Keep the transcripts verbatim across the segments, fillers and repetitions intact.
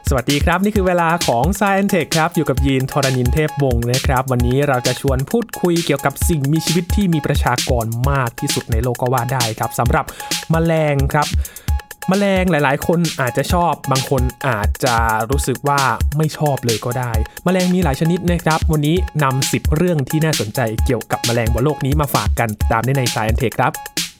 สวัสดีครับนี่คือเวลาของ Science Tech ครับอยู่กับยีนทรณินเทพวงศ์นะครับวันนี้เราจะชวนพูดคุยเกี่ยวกับสิ่งมีชีวิตที่มีประชากรมากที่สุดในโลกก็ว่าได้ครับสำหรับแมลงครับแมลงหลายๆคนอาจจะชอบบางคนอาจจะรู้สึกว่าไม่ชอบเลยก็ได้แมลงมีหลายชนิดนะครับวันนี้นำสิบเรื่องที่น่าสนใจเกี่ยวกับแมลงบนโลกนี้มาฝากกันตามได้ใน Science Tech ครับ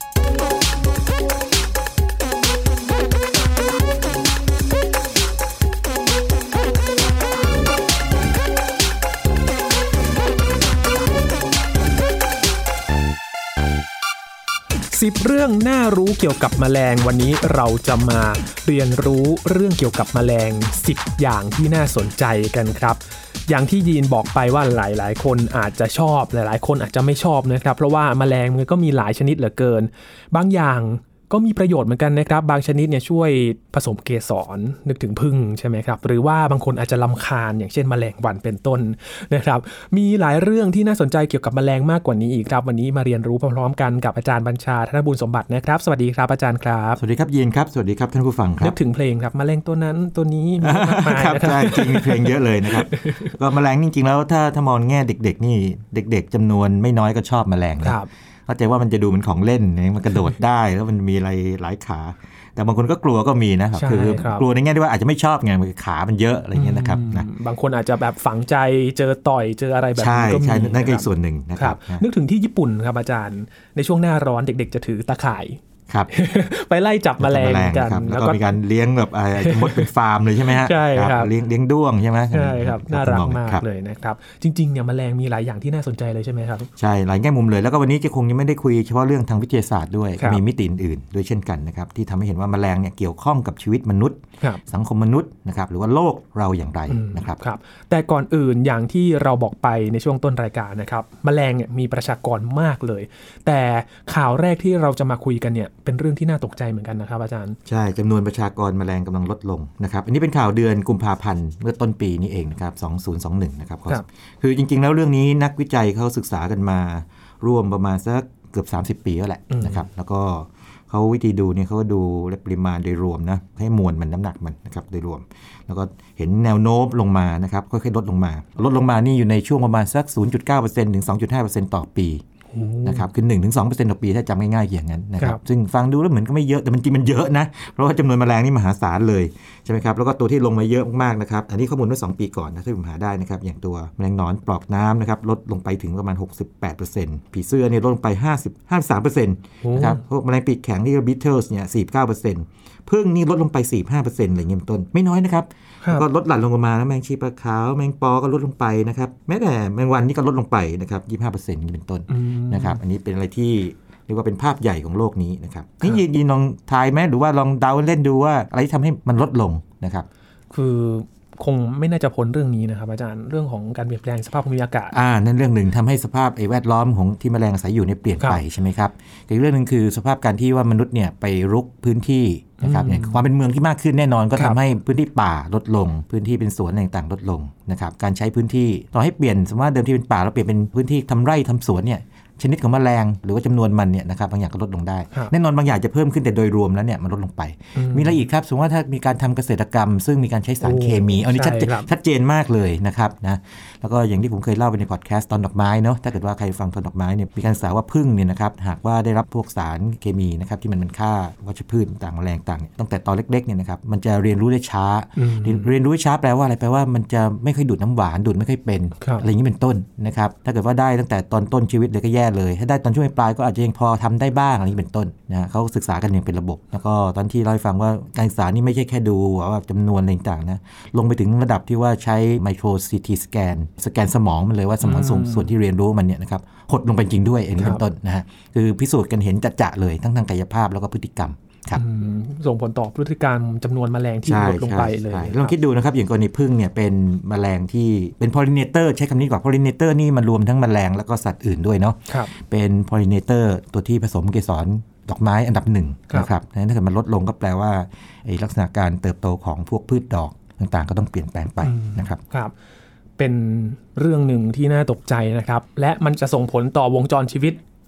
สิบเรื่องน่ารู้เกี่ยวกับแมลงวันนี้เราจะมาเรียนรู้เรื่องเกี่ยวกับแมลงสิบอย่างที่น่าสนใจกันครับอย่างที่ยีนบอกไปว่าหลายๆคนอาจจะชอบหลายๆคนอาจจะไม่ชอบนะครับเพราะว่าแมลงมันก็มีหลายชนิดเหลือเกินบางอย่างก็มีประโยชน์เหมือนกันนะครับบางชนิดเนี่ยช่วยผสมเกสรนึกถึงผึ้งใช่ไหมครับหรือว่าบางคนอาจจะรำคาญอย่างเช่นแมลงวันเป็นต้นนะครับมีหลายเรื่องที่น่าสนใจเกี่ยวกับแมลงมากกว่านี้อีกครับวันนี้มาเรียนรู้พร้อมๆกันกับอาจารย์บัญชาธนบุญสมบัตินะครับสวัสดีครับอาจารย์ครับสวัสดีครับยีนครับสวัสดีครับท่านผู้ฟังครับนึกถึงเพลงครับแมลงตัวนั้นตัวนี้มีมากมายนะครับใช่จริงมีเพลงเยอะเลยนะครับก็แมลงจริงๆแล้วถ้าถ้ามองแง่เด็กๆนี่เด็กๆจำนวนไม่น้อยก็ชอบแมลงนะเข้าใจว่ามันจะดูเป็นของเล่นมันกระโดดได้แล้วมันมีอะไรหลายขาแต่บางคนก็กลัวก็มีนะครับคือกลัวในแง่ที่ว่าอาจจะไม่ชอบไงมันขามันเยอะอะไรเงี้ยนะครับนะบางคนอาจจะแบบฝังใจเจอต่อยเจออะไรแบบนี้ก็มีใช่นั่นก็อีกส่วนหนึ่งนะครับนึกถึงที่ญี่ปุ่นครับอาจารย์ในช่วงหน้าร้อนเด็กๆจะถือตะข่ายไปไล่จับแมลงกันแล้วก็มีการเลี้ยงแบบอะไรมดเป็นฟาร์มเลยใช่ไหมฮะใช่ครับเลี้ยงเลี้ยงด้วงใช่ไหมใช่ครับน่ารักมากเลยนะครับจริงๆเนี่ยแมลงมีหลายอย่างที่น่าสนใจเลยใช่ไหมครับใช่หลายแง่มุมเลยแล้วก็วันนี้จะคงยังไม่ได้คุยเฉพาะเรื่องทางวิทยาศาสตร์ด้วยมีมิติอื่นๆด้วยเช่นกันนะครับที่ทำให้เห็นว่าแมลงเนี่ยเกี่ยวข้องกับชีวิตมนุษย์สังคมมนุษย์นะครับหรือว่าโลกเราอย่างไรนะครับครับแต่ก่อนอื่นอย่างที่เราบอกไปในช่วงต้นรายการนะครับแมลงเนี่ยมีประชากรมากเลยแต่ข่าวแรกที่เราจะมาคุยกันเนี่ยเป็นเรื่องที่น่าตกใจเหมือนกันนะครับอาจารย์ใช่จำนวนประชากรแมลงกำลังลดลงนะครับอันนี้เป็นข่าวเดือนกุมภาพันธ์เมื่อต้นปีนี้เองนะครับสองพันยี่สิบเอ็ดนะครับคือจริงๆแล้วเรื่องนี้นักวิจัยเขาศึกษากันมาร่วมประมาณสักเกือบสามสิบปีแล้วแหละนะครับแล้วก็เขาวิธีดูเนี่ยเขาก็ดูปริมาณโดยรวมนะให้มวลมันน้ำหนักมันนะครับโดยรวมแล้วก็เห็นแนวโน้มลงมานะครับค่อยๆลดลงมาลดลงมานี่อยู่ในช่วงประมาณสัก ศูนย์จุดเก้าเปอร์เซ็นต์ ถึง สองจุดห้าเปอร์เซ็นต์ ต่อปีนะครับคือ หนึ่งถึงสองเปอร์เซ็นต์ ต่อปีถ้าจำง่ายๆอย่างนั้นนะครับซึ่งฟังดูแล้วเหมือนก็ไม่เยอะแต่มันจริงมันเยอะนะเพราะว่าจำนวนแมลงนี่มหาศาลเลยใช่ไหมครับแล้วก็ตัวที่ลงมาเยอะมากๆนะครับอันนี้ข้อมูลเมื่อสองปีก่อนนะที่ผมหาได้นะครับอย่างตัวแมลงหนอนปลอกน้ำนะครับลดลงไปถึงประมาณ หกสิบแปดเปอร์เซ็นต์ ผีเสื้อเนี่ยลดลงไปห้าสิบ ห้าสิบสามเปอร์เซ็นต์ นะครับพวกแมลงปีกแข็งที่เรียก Beetles เนี่ย สี่สิบเก้าเปอร์เซ็นต์ ผึ้งนี่ลดลงไป สี่สิบห้าเปอร์เซ็นต์ อะไรเงี้ยเป็นต้นไม่น้อยนะครับก็ลดหลั่นลงมาแล้วแมงชีปลาขาวแมงปอก็ลดลงไปนะครับแม้แต่แมงวันนี่ก็ลดลงไปนะครับ ยี่สิบห้าเปอร์เซ็นต์ นี่เป็นต้นนะครับอันนี้เป็นอะไรที่เรียกว่าเป็นภาพใหญ่ของโลกนี้นะครับนี่ยินยินลองทายไหมหรือว่าลองเดาเล่นดูว่าอะไรที่ทำให้มันลดลงนะครับคือคงไม่น่าจะพ้นเรื่องนี้นะครับอาจารย์เรื่องของการเปลี่ยนแปลงสภาพภูมิอากาศอ่านั่นเรื่องหนึ่งทำให้สภาพไอ้แวดล้อมของที่แมลงอาศัยอยู่เนี่ยเปลี่ยนไปใช่ไหมครับอีกเรื่องนึงคือสภาพการที่ว่ามนุษย์เนี่ยไปรุกพื้นที่นะครับเนี่ยความเป็นเมืองที่มากขึ้นแน่นอนก็ทำให้พื้นที่ป่าลดลงพื้นที่เป็นสวนต่างๆลดลงนะครับการใช้พื้นที่ต่อให้เปลี่ยนสมมติว่าเดิมที่เป็นป่าแล้วเปลี่ยนเป็นพื้นที่ทำไร่ทำสวนเนี่ยชนิดของแมลงหรือว่าจำนวนมันเนี่ยนะครับบางอย่างก็ลดลงได้แน่นอนบางอย่างจะเพิ่มขึ้นแต่โดยรวมแล้วเนี่ยมันลดลงไปมีอะไรอีกครับสมมติว่าถ้ามีการทำเกษตรกรรมซึ่งมีการใช้สารเคมีอันนี้ชัดชัดเจนมากเลยนะครับนะแล้วก็อย่างที่ผมเคยเล่าไปในพอดแคสต์ตอนดอกไม้เนาะถ้าเกิดว่าใครฟังตอนดอกไม้เนี่ยมีการศึกษาว่าผึ้งเนี่ยนะครับหากว่าได้รับพวกสารเคมีนะครับที่มันเป็นฆ่าวัชพืชต่างแมลงต่างตั้งแต่ตอนเล็กๆเนี่ยนะครับมันจะเรียนรู้ได้ช้าเรียนรู้ได้ช้าแปลว่าอะไรแปลว่ามันจะไม่ค่อยดูดน้ำหวานดูดไม่ค่อยเป็นอะไรอย่างนี้เป็นต้นนะครับถ้าเกิดว่าได้ตั้งแต่ตอนต้นชีวิตเลยก็แย่เลยถ้าได้ตอนช่วงปลายก็อาจจะยังพอทำได้บ้างอะไรนี้เป็นต้นนะเขาศึกษากันอย่างเป็นระบบแล้วก็ตอนที่เล่าให้ฟังว่าการศึกษานี่ไม่ใช่แค่ดูว่าจำนวนอะไรต่างๆนะลงไปถึงระดับที่ว่าใช้ไมโครซีทีสแกนสแกนสมองมันเลยว่าสมองส่วนส่วนที่เรียนรู้มันเนี่ยนะครับหดลงไปจริงด้วยอันนี้เป็นต้นนะฮะคือพิสูจน์กันเห็นจะๆเลยทั้งทางกายภาพแล้วก็พฤติกรรมส่งผลต่อพฤติกรรมจำนวนแมลงที่ลดลงไปเลยลองคิดดูนะครับอย่างกรณีผึ้งเนี่ยเป็นแมลงที่เป็นพอลิเนเตอร์ใช้คำนี้ก่อนพอลิเนเตอร์นี่มันรวมทั้งแมลงแล้วก็สัตว์อื่นด้วยเนาะเป็นพอลิเนเตอร์ตัวที่ผสมเกสรดอกไม้อันดับหนึ่งนะครับถ้าเกิดมันลดลงก็แปลว่าไอ้ลักษณะการเติบโตของพวกพืชดอกต่างๆก็ต้องเปลี่ยนแปลงไปนะครับครับเป็นเรื่องหนึ่งที่น่าตกใจนะครับและมันจะส่งผลต่อวงจรชีวิต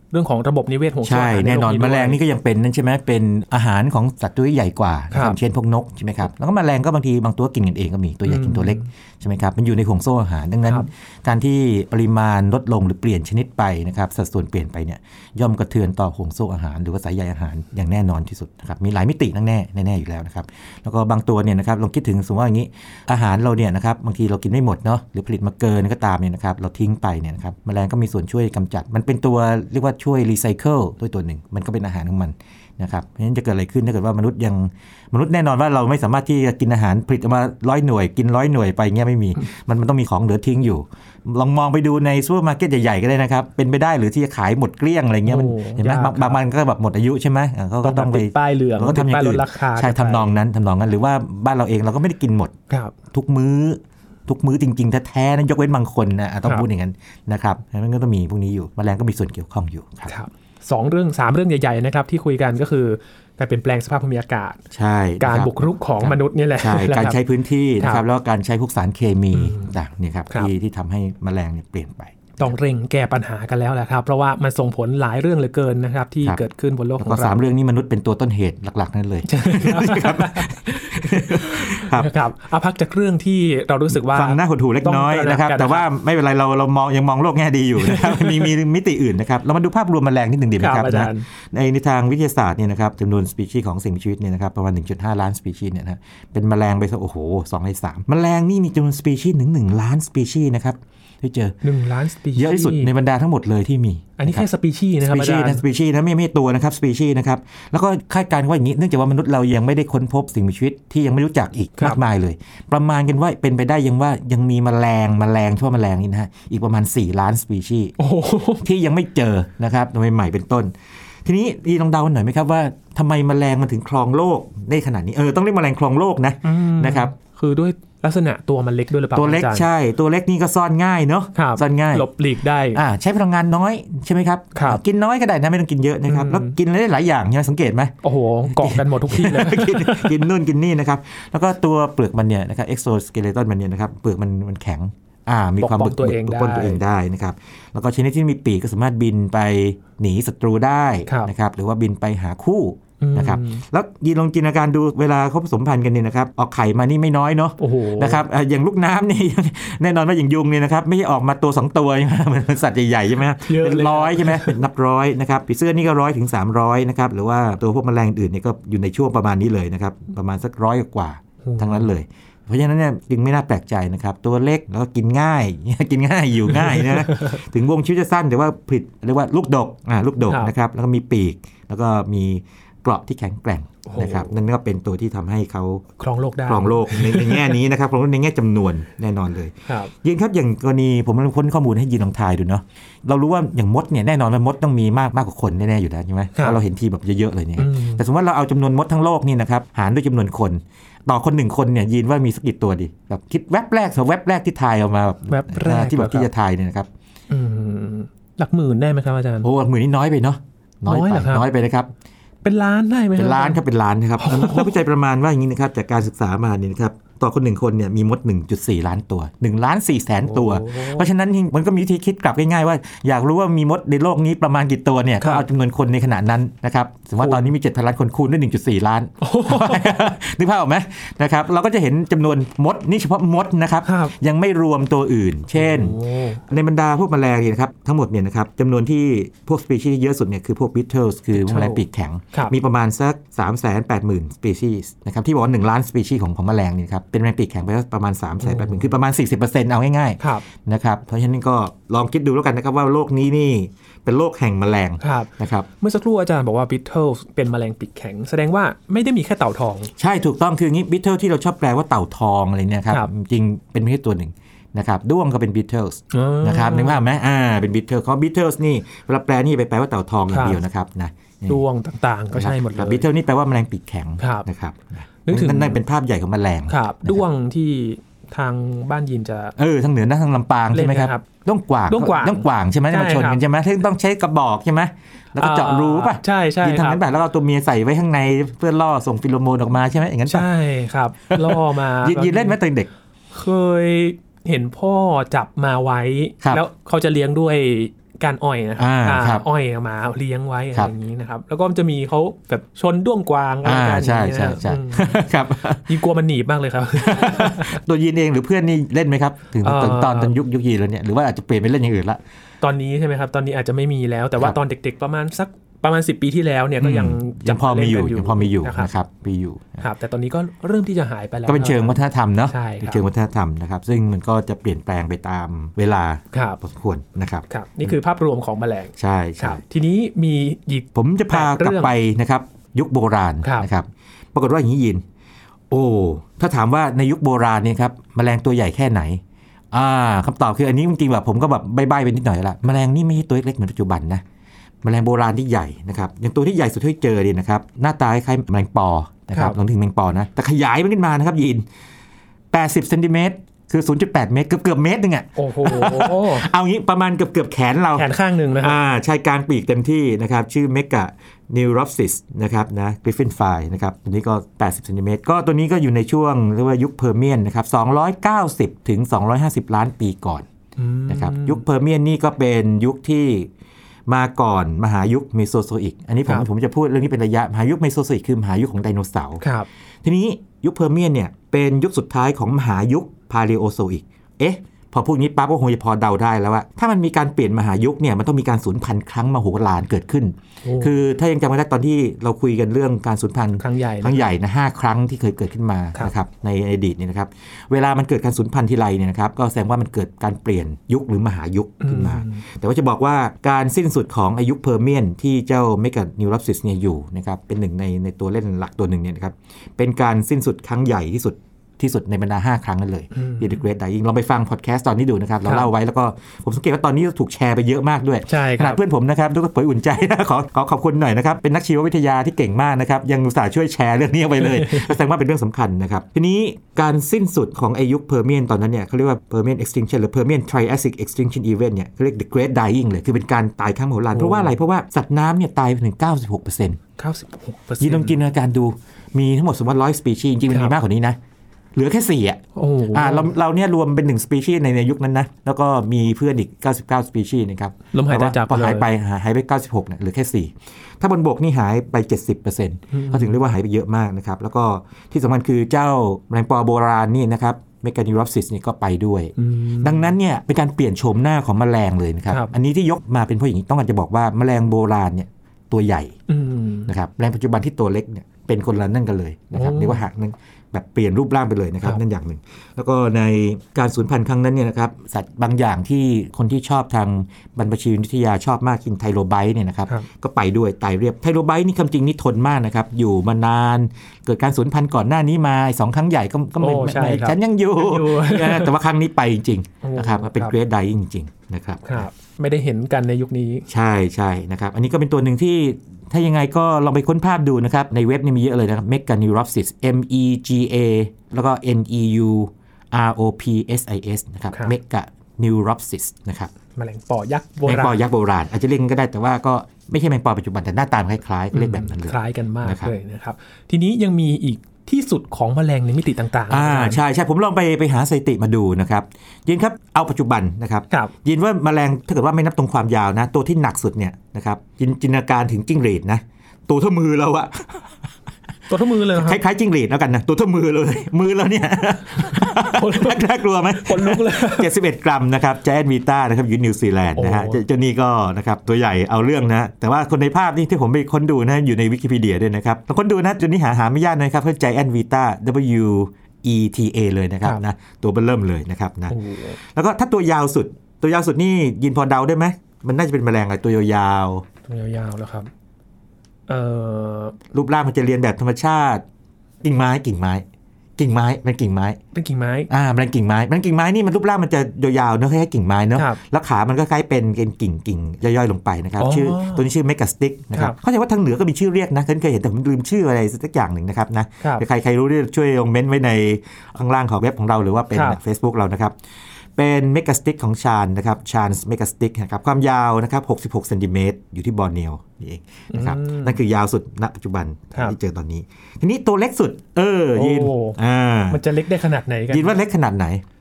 เรื่องของระบบนิเวศห่วงโซ่อาหารใช่แน่นอนแมลงนี่ก็ยังเป็นนั่นใช่ไหมเป็นอาหารของสัตว์ตัวใหญ่กว่าเช่นพวกนกใช่ไหมครับแล้วก็แมลงก็บางทีบางตัวกินกันเองก็มีตัวใหญ่กินตัวเล็กใช่ไหมครับมันอยู่ในห่วงโซ่อาหารดังนั้นการที่ปริมาณลดลงหรือเปลี่ยนชนิดไปนะครับสัดส่วนเปลี่ยนไปเนี่ยย่อมกระเทือนต่อห่วงโซ่อาหารหรือว่าสายใยอาหารอย่างแน่นอนที่สุดนะครับมีหลายมิติแน่แน่ๆอยู่แล้วนะครับแล้วก็บางตัวเนี่ยนะครับลองคิดถึงสมมติว่าอย่างนี้อาหารเราเนี่ยนะครับบางทีเรากินไม่หมดเนาะหรือผลิตมาเกินก็ตามเนี่ยนะครับเราทิ้งไปเนี่ยนะครับแมลงก็มีส่วนช่วยกำจัดมันเป็นตัวเรียกว่าช่วยรีไซเคิลด้วยตัวหนึ่งมันก็เป็นอาหารของมันนะครับเพราะฉะนั้นจะเกิดอะไรขึ้นถ้าเกิดว่ามนุษย์ยังมนุษย์แน่นอนว่าเราไม่สามารถที่จะกินอาหารผลิตออกมาร้อยหน่วยกินร้อยหน่วยไปเงี้ยไม่มีมันมันต้องมีของเหลือทิ้งอยู่ลองมองไปดูในซูเปอร์มาร์เก็ตใหญ่ๆก็ได้นะครับเป็นไปได้หรือที่จะขายหมดเกลี้ยงอะไรเงี้ยมันเห็นไหมบางมันก็แบบหมดอายุใช่ไหมเขาก็ต้องไปป้ายเหลืองก็ทำอย่างอื่นใช่ทำนองนั้นทำนองนั้นหรือว่าบ้านเราเองเราก็ไม่ได้กินหมดทุกมื้อทุกมื้อจริงๆแท้ๆนั้นยกเว้นบางคนนะต้องพูดอย่างนั้นนะครับมันก็ต้องมีพวกนี้อยู่แมลงก็มีส่วนเกี่ยวข้องอยู่ครับสองเรื่องสามเรื่องใหญ่ๆนะครับที่คุยกันก็คือการเปลี่ยนแปลงสภาพภูมิอากาศใช่การบุกรุกของมนุษย์นี่แหละใช่การใช้พื้นที่นะครับแล้วการใช้พวกสารเคมีต่างๆนี่ครับที่ที่ทำให้แมลงเปลี่ยนไปต้องเร่งแก้ปัญหากันแล้วแหละครับเพราะว่ามันส่งผลหลายเรื่องเหลือเกินนะครับที่เกิดขึ้นบนโลกของเราสามเรื่องนี้มนุษย์เป็นตัวต้นเหตุหลักๆนั่นเลยครับครับเอาพักจากเรื่องที่เรารู้สึกว่าฟังหน้าหดหู่เล็กน้อยนะครับแต่ว่าไม่เป็นไรเราเรามองยังมองโลกแง่ดีอยู่นะครับมีมีมิติอื่นนะครับเรามาดูภาพรวมแมลงนิดหนึ่งดีไหมครับนะในในทางวิทยาศาสตร์เนี่ยนะครับจำนวนสปีชีส์ของสิ่งมีชีวิตเนี่ยนะครับประมาณ หนึ่งจุดห้า ล้านสปีชีส์เนี่ยนะเป็นแมลงไปซะโอ้โหสองในสามแมลงนี่มีจำนวนสปีชีส์ถึงหนึ่งล้านสปีชีส์นะครับที่เจอหนึ่งล้านสปีชีส์เยอะที่สุดในบรรดาทั้งหมดเลยที่มีอันนี้แค่สปีชีส์นะครับอาจารย์สปีชีส์นะไม่ไม่ตัวนะครับสปีชีส์นะครับแล้วก็คาดการณ์ว่าอย่างนี้เนื่องจากว่ามนุษย์เรายังไม่ได้ค้นพบสิ่งมีชีวิตที่ยังไม่รู้จักอีกมากมายเลยประมาณกันว่าเป็นไปได้ยังว่ายังมีแมลงแมลงชั่วแมลงนี่นะฮะอีกประมาณสี่ล้านสปีชีส์ที่ยังไม่เจอนะครับใหม่ๆเป็นต้นทีนี้ดีลองเดาหน่อยไหมครับว่าทำไมแมลงมันถึงครองโลกได้ขนาดนี้เออต้องเรียกแมลงครองโลกนะนะครับคือด้วยลักษณะตัวมันเล็กด้วยหรือเปล่าตัวเล็กใช่ตัวเล็กนี่ก็ซ่อนง่ายเนาะซ่อนง่ายหลบหลีกได้อ่าใช้พลังงานน้อยใช่ไหมครับกินน้อยก็ได้นะไม่ต้องกินเยอะนะครับแล้วกินได้หลายอย่างใช่ไหมสังเกตไหมโอ้โหเกาะกันหมดทุกที่เลยกินนู่นกินนี่นะครับแล้วก็ตัวเปลือกมันเนี่ยนะครับเอ็กโซสเกเลตันมันเนี่ยนะครับเปลือกมันมันแข็งอ่ามีความบึกตัวเองได้ตัวเองได้นะครับแล้วก็ชนิดที่มีปีกก็สามารถบินไปหนีศัตรูได้นะครับหรือว่าบินไปหาคู่นะครับแล้วยินลองจินตนาการดูเวลาเขาผสมพันธุ์กันเนี่ยนะครับออกไข่มานี่ไม่น้อยเนาะนะครับอย่างลูกน้ำนี่แน่นอนว่าอย่างยุงเนี่ยนะครับไม่ใช่ออกมาตัวสองตัวเหมือนสัตว์ใหญ่ๆใช่ไหมเป็นร้อยใช่ไหมเป็นนับร้อยนะครับผีเสื้อนี่ก็ร้อยถึงสามร้อยนะครับหรือว่าตัวพวกแมลงอื่นเนี่ยก็อยู่ในช่วงประมาณนี้เลยนะครับประมาณสักร้อยกว่าทั้งนั้นเลยเพราะฉะนั้นเนี่ยจึงไม่น่าแปลกใจนะครับตัวเล็กแล้วก็กินง่ายกินง่ายอยู่ง่ายนะถึงวงชีวิตจะสั้นแต่ว่าผลิตเรียกว่าลูกดกอ่าลูกดกนะครับแล้วก็มีปีกแล้วก็มีเกราะที่แข็งแกร่งนะครับนั่นก็เป็นตัวที่ทำให้เขาครองโลกได้ครองโลกในในแง่นี้นะครับครองโลกในแง่จำนวนแน่นอนเลยยินครับอย่างกรณีผมลองค้นข้อมูลให้ยินลองทายดูเนาะเรารู้ว่าอย่างมดเนี่ยแน่นอนว่ามดต้องมีมากมากกว่าคนแน่ๆอยู่แล้วใช่ไหมเพราะเราเห็นทีแบบเยอะๆเลยเนี่ยแต่สมมติว่าเราเอาจำนวนมดทั้งโลกนี่นะครับหารด้วยจำนวนคนต่อคนหนึ่งคนเนี่ยยินว่ามีสักกี่ตัวดีแบบคิดแวบแรกสแวบแรกที่ทายออกมาแวบแรกที่แบบที่จะทายเนี่ยนะครับหลักหมื่นได้ไหมครับอาจารย์โอ้หลักหมื่นนี่น้อยไปเนาะน้อยไปน้อยไปนะครับเป็นล้านได้ไหมเป็นล้านครับเป็นล้านนะครับนักวิจัยประมาณว่าอย่างนี้นะครับจากการศึกษามาเนี่ยนะครับต่อคนหนึ่งคนเนี่ยมีมด หนึ่งจุดสี่ ล้านตัวหนึ่งล้านสี่แสนตัวเพราะฉะนั้นมันก็มีวิธีคิดกลับง่ายๆว่าอยากรู้ว่ามีมดในโลกนี้ประมาณกี่ตัวเนี่ยก็เอาจำนวนคนในขณะนั้นนะครับสมมติว่าตอนนี้มี เจ็ดพัน ล้านคนคูณด้วย หนึ่งจุดสี่ ล้านนึกภาพออกไหมนะครับเราก็จะเห็นจำนวนมดนี่เฉพาะมดนะครับยังไม่รวมตัวอื่นเช่นในบรรดาพวกแมลงเนี่ยนะครับทั้งหมดเนี่ยนะครับจำนวนที่พวกสปีชีส์ที่เยอะสุดเนี่ยคือพวกบิทเทิลส์คือแมลงปีกแข็งมีประมาณสัก สามแสนแปดหมื่น สปีชีส์นะครับที่บอกว่าหนึ่งล้านสปีชีส์ของของแมลงเนี่ยครับเป็นแมลงปีกแข็งไปประมาณ สามแสนแปดหมื่น คือประมาณ สี่สิบเปอร์เซ็นต์ เอาง่ายๆนะครับเพราะฉะนั้นก็ลองคิดดูแล้วกันนะครับว่าโลกนี้นี่เป็นโลกแห่งแมลงนะครับเมื่อสักครู่อาจารย์บอกว่าบิทเทิลเป็นแมลงปีกแข็งแสดงว่าไม่ได้มีแค่เต่าทองใช่ถูกต้องคืออย่างนี้บิทเทิลที่เราชอบแปลว่าเต่าทองอะไรเนี่ยครับจริงเป็นไม่ใช่ตัวหนึ่งนะครับด้วงก็เป็นบิทเทิลส์นะครับนึกภาพไหมอ่าเป็นบิทเทิลเขาบิทเทิลส์นี่เวลาแปลนี่ไปแปลว่าเต่าทองอย่างเดียวนะครับนะด้วงต่างๆก็ใช่หมดเลยบิทเทิลนี่แปลว่าแมลงปีกแข็งนะครับนึกถึงนั่นเป็นภาพใหญ่ของแมลงด้วงที่ทางบ้านยินจะเออทางเหนือนะทางลำปางใช่ไหมครับด้วงกว่างด้วงกว่างด้วงกว่างใช่ไหมมาชนกันใช่ไหมที่ต้องใช้กระบอกใช่ไหมแล้วก็เจาะรูป่ะใช่ใช่ยินทำนั้นแบบแล้วเอาตัวเมียใส่ไว้ข้างในเพื่อล่อส่งฟิโลโมนออกมาใช่ไหมอย่างนั้นใช่ครับล่อมายินยินเล่นไหมตอนเด็กเคยเห็นพ่อจับมาไว้แล้วเขาจะเลี้ยงด้วยการอ้อยนะอ้อยมาเลี้ยงไว้อะไรอย่างนี้นะครับแล้วก็จะมีเขาแบบชนด้วงกวางอะไรกันใช่ใช่ใช่ครับยีนกลัวมันหนีบมากเลยครับตัวยีนเองหรือเพื่อนนี่เล่นไหมครับถึงตอนตอนยุคยุคยีนแล้วเนี่ยหรือว่าอาจจะเปลี่ยนไปเล่นอย่างอื่นละตอนนี้ใช่ไหมครับตอนนี้อาจจะไม่มีแล้วแต่ว่าตอนเด็กๆประมาณสักประมาณสิบปีที่แล้วเนี่ยก็ยังยังพอมีอยู่ยังพอมีอยู่นะครับมีอยู่ครับแต่ตอนนี้ก็เริ่มที่จะหายไปแล้วก็เป็นเชิงวัฒนธรรมเนาะเป็นเชิงวัฒนธรรมนะครับซึ่งมันก็จะเปลี่ยนแปลงไปตามเวลาพอสมควรนะครับนี่คือภาพรวมของแมลงใช่ใช่ทีนี้มีอีกผมจะพากลับไปนะครับยุคโบราณนะครับปรากฏว่าอย่างนี้ยินโอ้ถ้าถามว่าในยุคโบราณเนี่ยครับแมลงตัวใหญ่แค่ไหนอ่าคำตอบคืออันนี้จริงๆแบบผมก็แบบใบ้ๆไปนิดหน่อยละแมลงนี่ไม่ใช่ตัวเล็กๆเหมือนปัจจุบันนะแมลงโบราณที่ใหญ่นะครับอย่างตัวที่ใหญ่สุดที่เจอเนี่ยนะครับหน้าตาคล้ายแมลงปอนะครับลองถึงแมลงปอนะแต่ขยายมันขึ้นมานะครับยินแปดสิบเซนติเมตรคือ ศูนย์จุดแปด เมตรเกือบๆเมตรนึงอ่ะโอ้โหเอางี้ประมาณเกือบๆแขนเราแขนข้างนึงนะครับอ่าใช่กลางปีกเต็มที่นะครับชื่อเมกะนิวโรปซิสนะครับนะกริฟฟินไฟนะครับตัวนี้ก็แปดสิบเซนติเมตรก็ตัวนี้ก็อยู่ในช่วงเรียกว่ายุคเพอร์เมียนนะครับสองร้อยเก้าสิบถึงสองร้อยห้าสิบล้านปีก่อนนะครับยุคเพอร์เมียนนี่ก็เป็นยุคที่มาก่อนมหายุคเมโซโซอิกอันนี้ผมผมจะพูดเรื่องนี้เป็นระยะมหายุคเมโซโซอิกคือมหายุคของไดโนเสาร์ทีนี้ยุคเพอร์เมียนเนี่ยเป็นยุคสุดท้ายของมหายุคพาเลโอโซอิกเอ๊ะพอพูดงี้ปั๊บก็คงจะพอเดาได้แล้วว่าถ้ามันมีการเปลี่ยนมหายุคเนี่ยมันต้องมีการสูญพันธุ์ครั้งมโหฬารเกิดขึ้นคือถ้ายังจำได้ตอนที่เราคุยกันเรื่องการสูญพันธุ์ครั้งใหญ่ครั้งใหญ่นะห้าครั้งที่เคยเกิดขึ้นมานะครับในอดีตนี่นะครับเวลามันเกิดการสูญพันธุ์ทีไรเนี่ยนะครับก็แสดงว่ามันเกิดการเปลี่ยนยุคหรือมหายุคขึ้นมาแต่ว่าจะบอกว่าการสิ้นสุดของอายุเพอร์เมียนที่เจ้าเมกะนิวโรปซิสเนี่ยอยู่นะครับเป็นหนึ่งในในตัวเล่นหลักตัวหนึ่งเนี่ยนะครับเป็นการสิ้นสุดครั้งใหญ่ที่สุดที่สุดในบรรดาห้าครั้งนั่นเลย The Great Dying ลองไปฟังพอดแคสต์ตอนนี้ดูนะครับเราเล่าไว้แล้วก็ผมสังเกตว่าตอนนี้ถูกแชร์ไปเยอะมากด้วยขนาดเพื่อนผมนะครับทุกคนเผยอุ่นใจนะขอขอขอบคุณหน่อยนะครับเป็นนักชีววิทยาที่เก่งมากนะครับยังอุตส่าห์ช่วยแชร์เรื่องนี้เอาไว้เลยแสดงว่าเป็นเรื่องสำคัญนะครับทีนี้การสิ้นสุดของอายุเพอร์เมียนตอนนั้นเนี่ยเขาเรียกว่า Permian Extinction หรือ Permian Triassic Extinction Event เนี่ยเขาเรียก The Great Dying เลยคือเป็นการตายครั้งมโหฬารเพราะว่าอะไรเพราะว่าสัตว์น้ำเนี่ยตายไปถึง เก้าสิบหกเปอร์เซ็นต์เก้าสิบหกเปอร์เซ็นต์ยินลองจินตนาการดูมีทั้งหมดสมมติหนึ่งร้อยสปีชีส์จริงๆมันมีมากกว่านี้นะเหลือแค่สี่อ่ะอ่าเราเราเนี่ยรวมเป็นหนึ่งสปีชีส์ในในยุคนั้นนะแล้วก็มีเพื่อนอีกเก้าสิบเก้าสปีชีส์นะครับลมหายใจจับพอหายไปหายไปเก้าสิบหกเนี่ยเหลือแค่สี่ถ้าบนบกนี่หายไป เจ็ดสิบเปอร์เซ็นต์ เขาถึงเรียกว่าหายไปเยอะมากนะครับแล้วก็ที่สำคัญคือเจ้าแมลงปอโบราณนี่นะครับเมกานิวโรปซิสนี่ก็ไปด้วยดังนั้นเนี่ยเป็นการเปลี่ยนโฉมหน้าของแมลงเลยนะครับอันนี้ที่ยกมาเป็นเพราะอย่างนี้ต้องการจะบอกว่าแมลงโบราณเนี่ยตัวใหญ่นะครับแมลงปัจจุบันที่ตัวเล็กเนี่ยเป็นคนละนั่นกันเลยนะครับเรียกว่าหักนั่นแบบเปลี่ยนรูปร่างไปเลยนะครับนั่นอย่างหนึ่งแล้วก็ในการสูญพันธุ์ครั้งนั้นเนี่ยนะครับสัตว์บางอย่างที่คนที่ชอบทางบรรพชีววิทยาชอบมากกินไทโรไบต์เนี่ยนะครับก็ไปด้วยตายเรียบไทโรไบต์นี่คำจริงนี่ทนมากนะครับอยู่มานานเกิดการสูญพันธุ์ก่อนหน้านี้มาสองครั้งใหญ่ก็ก็ไม่ฉันยังอยู่แต่ว่าครั้งนี้ไปจริงๆนะครับเป็นเกรดไดจริงๆนะครับไม่ได้เห็นกันในยุคนี้ใช่ใช่นะครับอันนี้ก็เป็นตัวหนึ่งที่ถ้ายังไงก็ลองไปค้นภาพดูนะครับในเว็บนี่มีเยอะเลยนะครับ Meganeuropsis M E G A แล้วก็ N E U R O P S I S นะครับ Meganeuropsis นะครับแมลงปอยักษ์โบราณแมลงปอยักษ์โบราณอาจจะเรียกก็ได้แต่ว่าก็ไม่ใช่แมลงปอปัจจุบันแต่หน้าตาคล้ายๆเรียกแบบนั้นเลยคล้ายกันมากเลยนะครับทีนี้ยังมีอีกที่สุดของแมลงในมิติต่างๆอ่าใช่ใช่ผมลองไปไปหาสถิติมาดูนะครับยินครับเอาปัจจุบันนะครับยินว่าแมลงถ้าเกิดว่าไม่นับตรงความยาวนะตัวที่หนักสุดเนี่ยนะครับยินจินตนาการถึงจิ้งหรีดนะตัวเท่ามือเราอะตัวเท่ามือเลยครับคล้ายๆจิ้งหรีดแล้วกันนะตัวเท่ามือเลยมือเราเนี่ยน่ากลัวไหมคนลุกเลยเจ็ดสิบเอ็ดกรัมนะครับแจนวีต้านะครับอยู่นิวซีแลนด์นะฮะเจ้านี่ก็นะครับตัวใหญ่เอาเรื่องนะแต่ว่าคนในภาพนี่ที่ผมไปค้นดูนะอยู่ในวิกิพีเดียด้วยนะครับเราค้นดูนะตัวนี้หาหาไม่ยากนะครับเพื่อแจนวีต้า W E T A เลยนะครับนะตัวเบิ่มเริ่มเลยนะครับนะแล้วก็ถ้าตัวยาวสุดตัวยาวสุดนี่ยินพอเดาได้ไหมมันน่าจะเป็นแมลงอะไรตัวยาวๆตัวยาวๆแล้วครับเอ่อรูปร่างมันจะเรียนแบบธรรมชาติกิ่งไม้กิ่งไม้กิ่งไม้เป็นกิ่งไม้เป็นกิ่งไม้อ่าเป็นกิ่งไม้เป็นกิ่งไม้นี่มันรูปร่างมันจะยาวๆเนอะคล้ายๆกิ่งไม้เนอะแล้วขามันก็คล้ายเป็นกิ่งกิ่งย่อยๆลงไปนะครับชื่อตัวนี้ชื่อเมกาสติกนะครับเข้าใจว่าทางเหนือก็มีชื่อเรียกนะเคยเห็นแต่ผมลืมชื่ออะไรสักอย่างหนึ่งนะครับนะใครใครรู้ช่วยลงเม้นไว้ในข้างล่างของเว็บของเราหรือว่าเป็น Facebook เรานะครับเป็นเมกาสติกของชาญนะครับชาญเมกาสติกนะครับความยาวนะครับหกสิบหกเซนติเมตรอยู่ที่บอร์เนียวนี่เองนะครับนั่นคือยาวสุดณปัจจุบันที่เจอตอนนี้ทีนี้ตัวเล็กสุดเออยินอ่ามันจะเล็กได้ขนาดไหนกันยินว่าเล็กขนาดไหน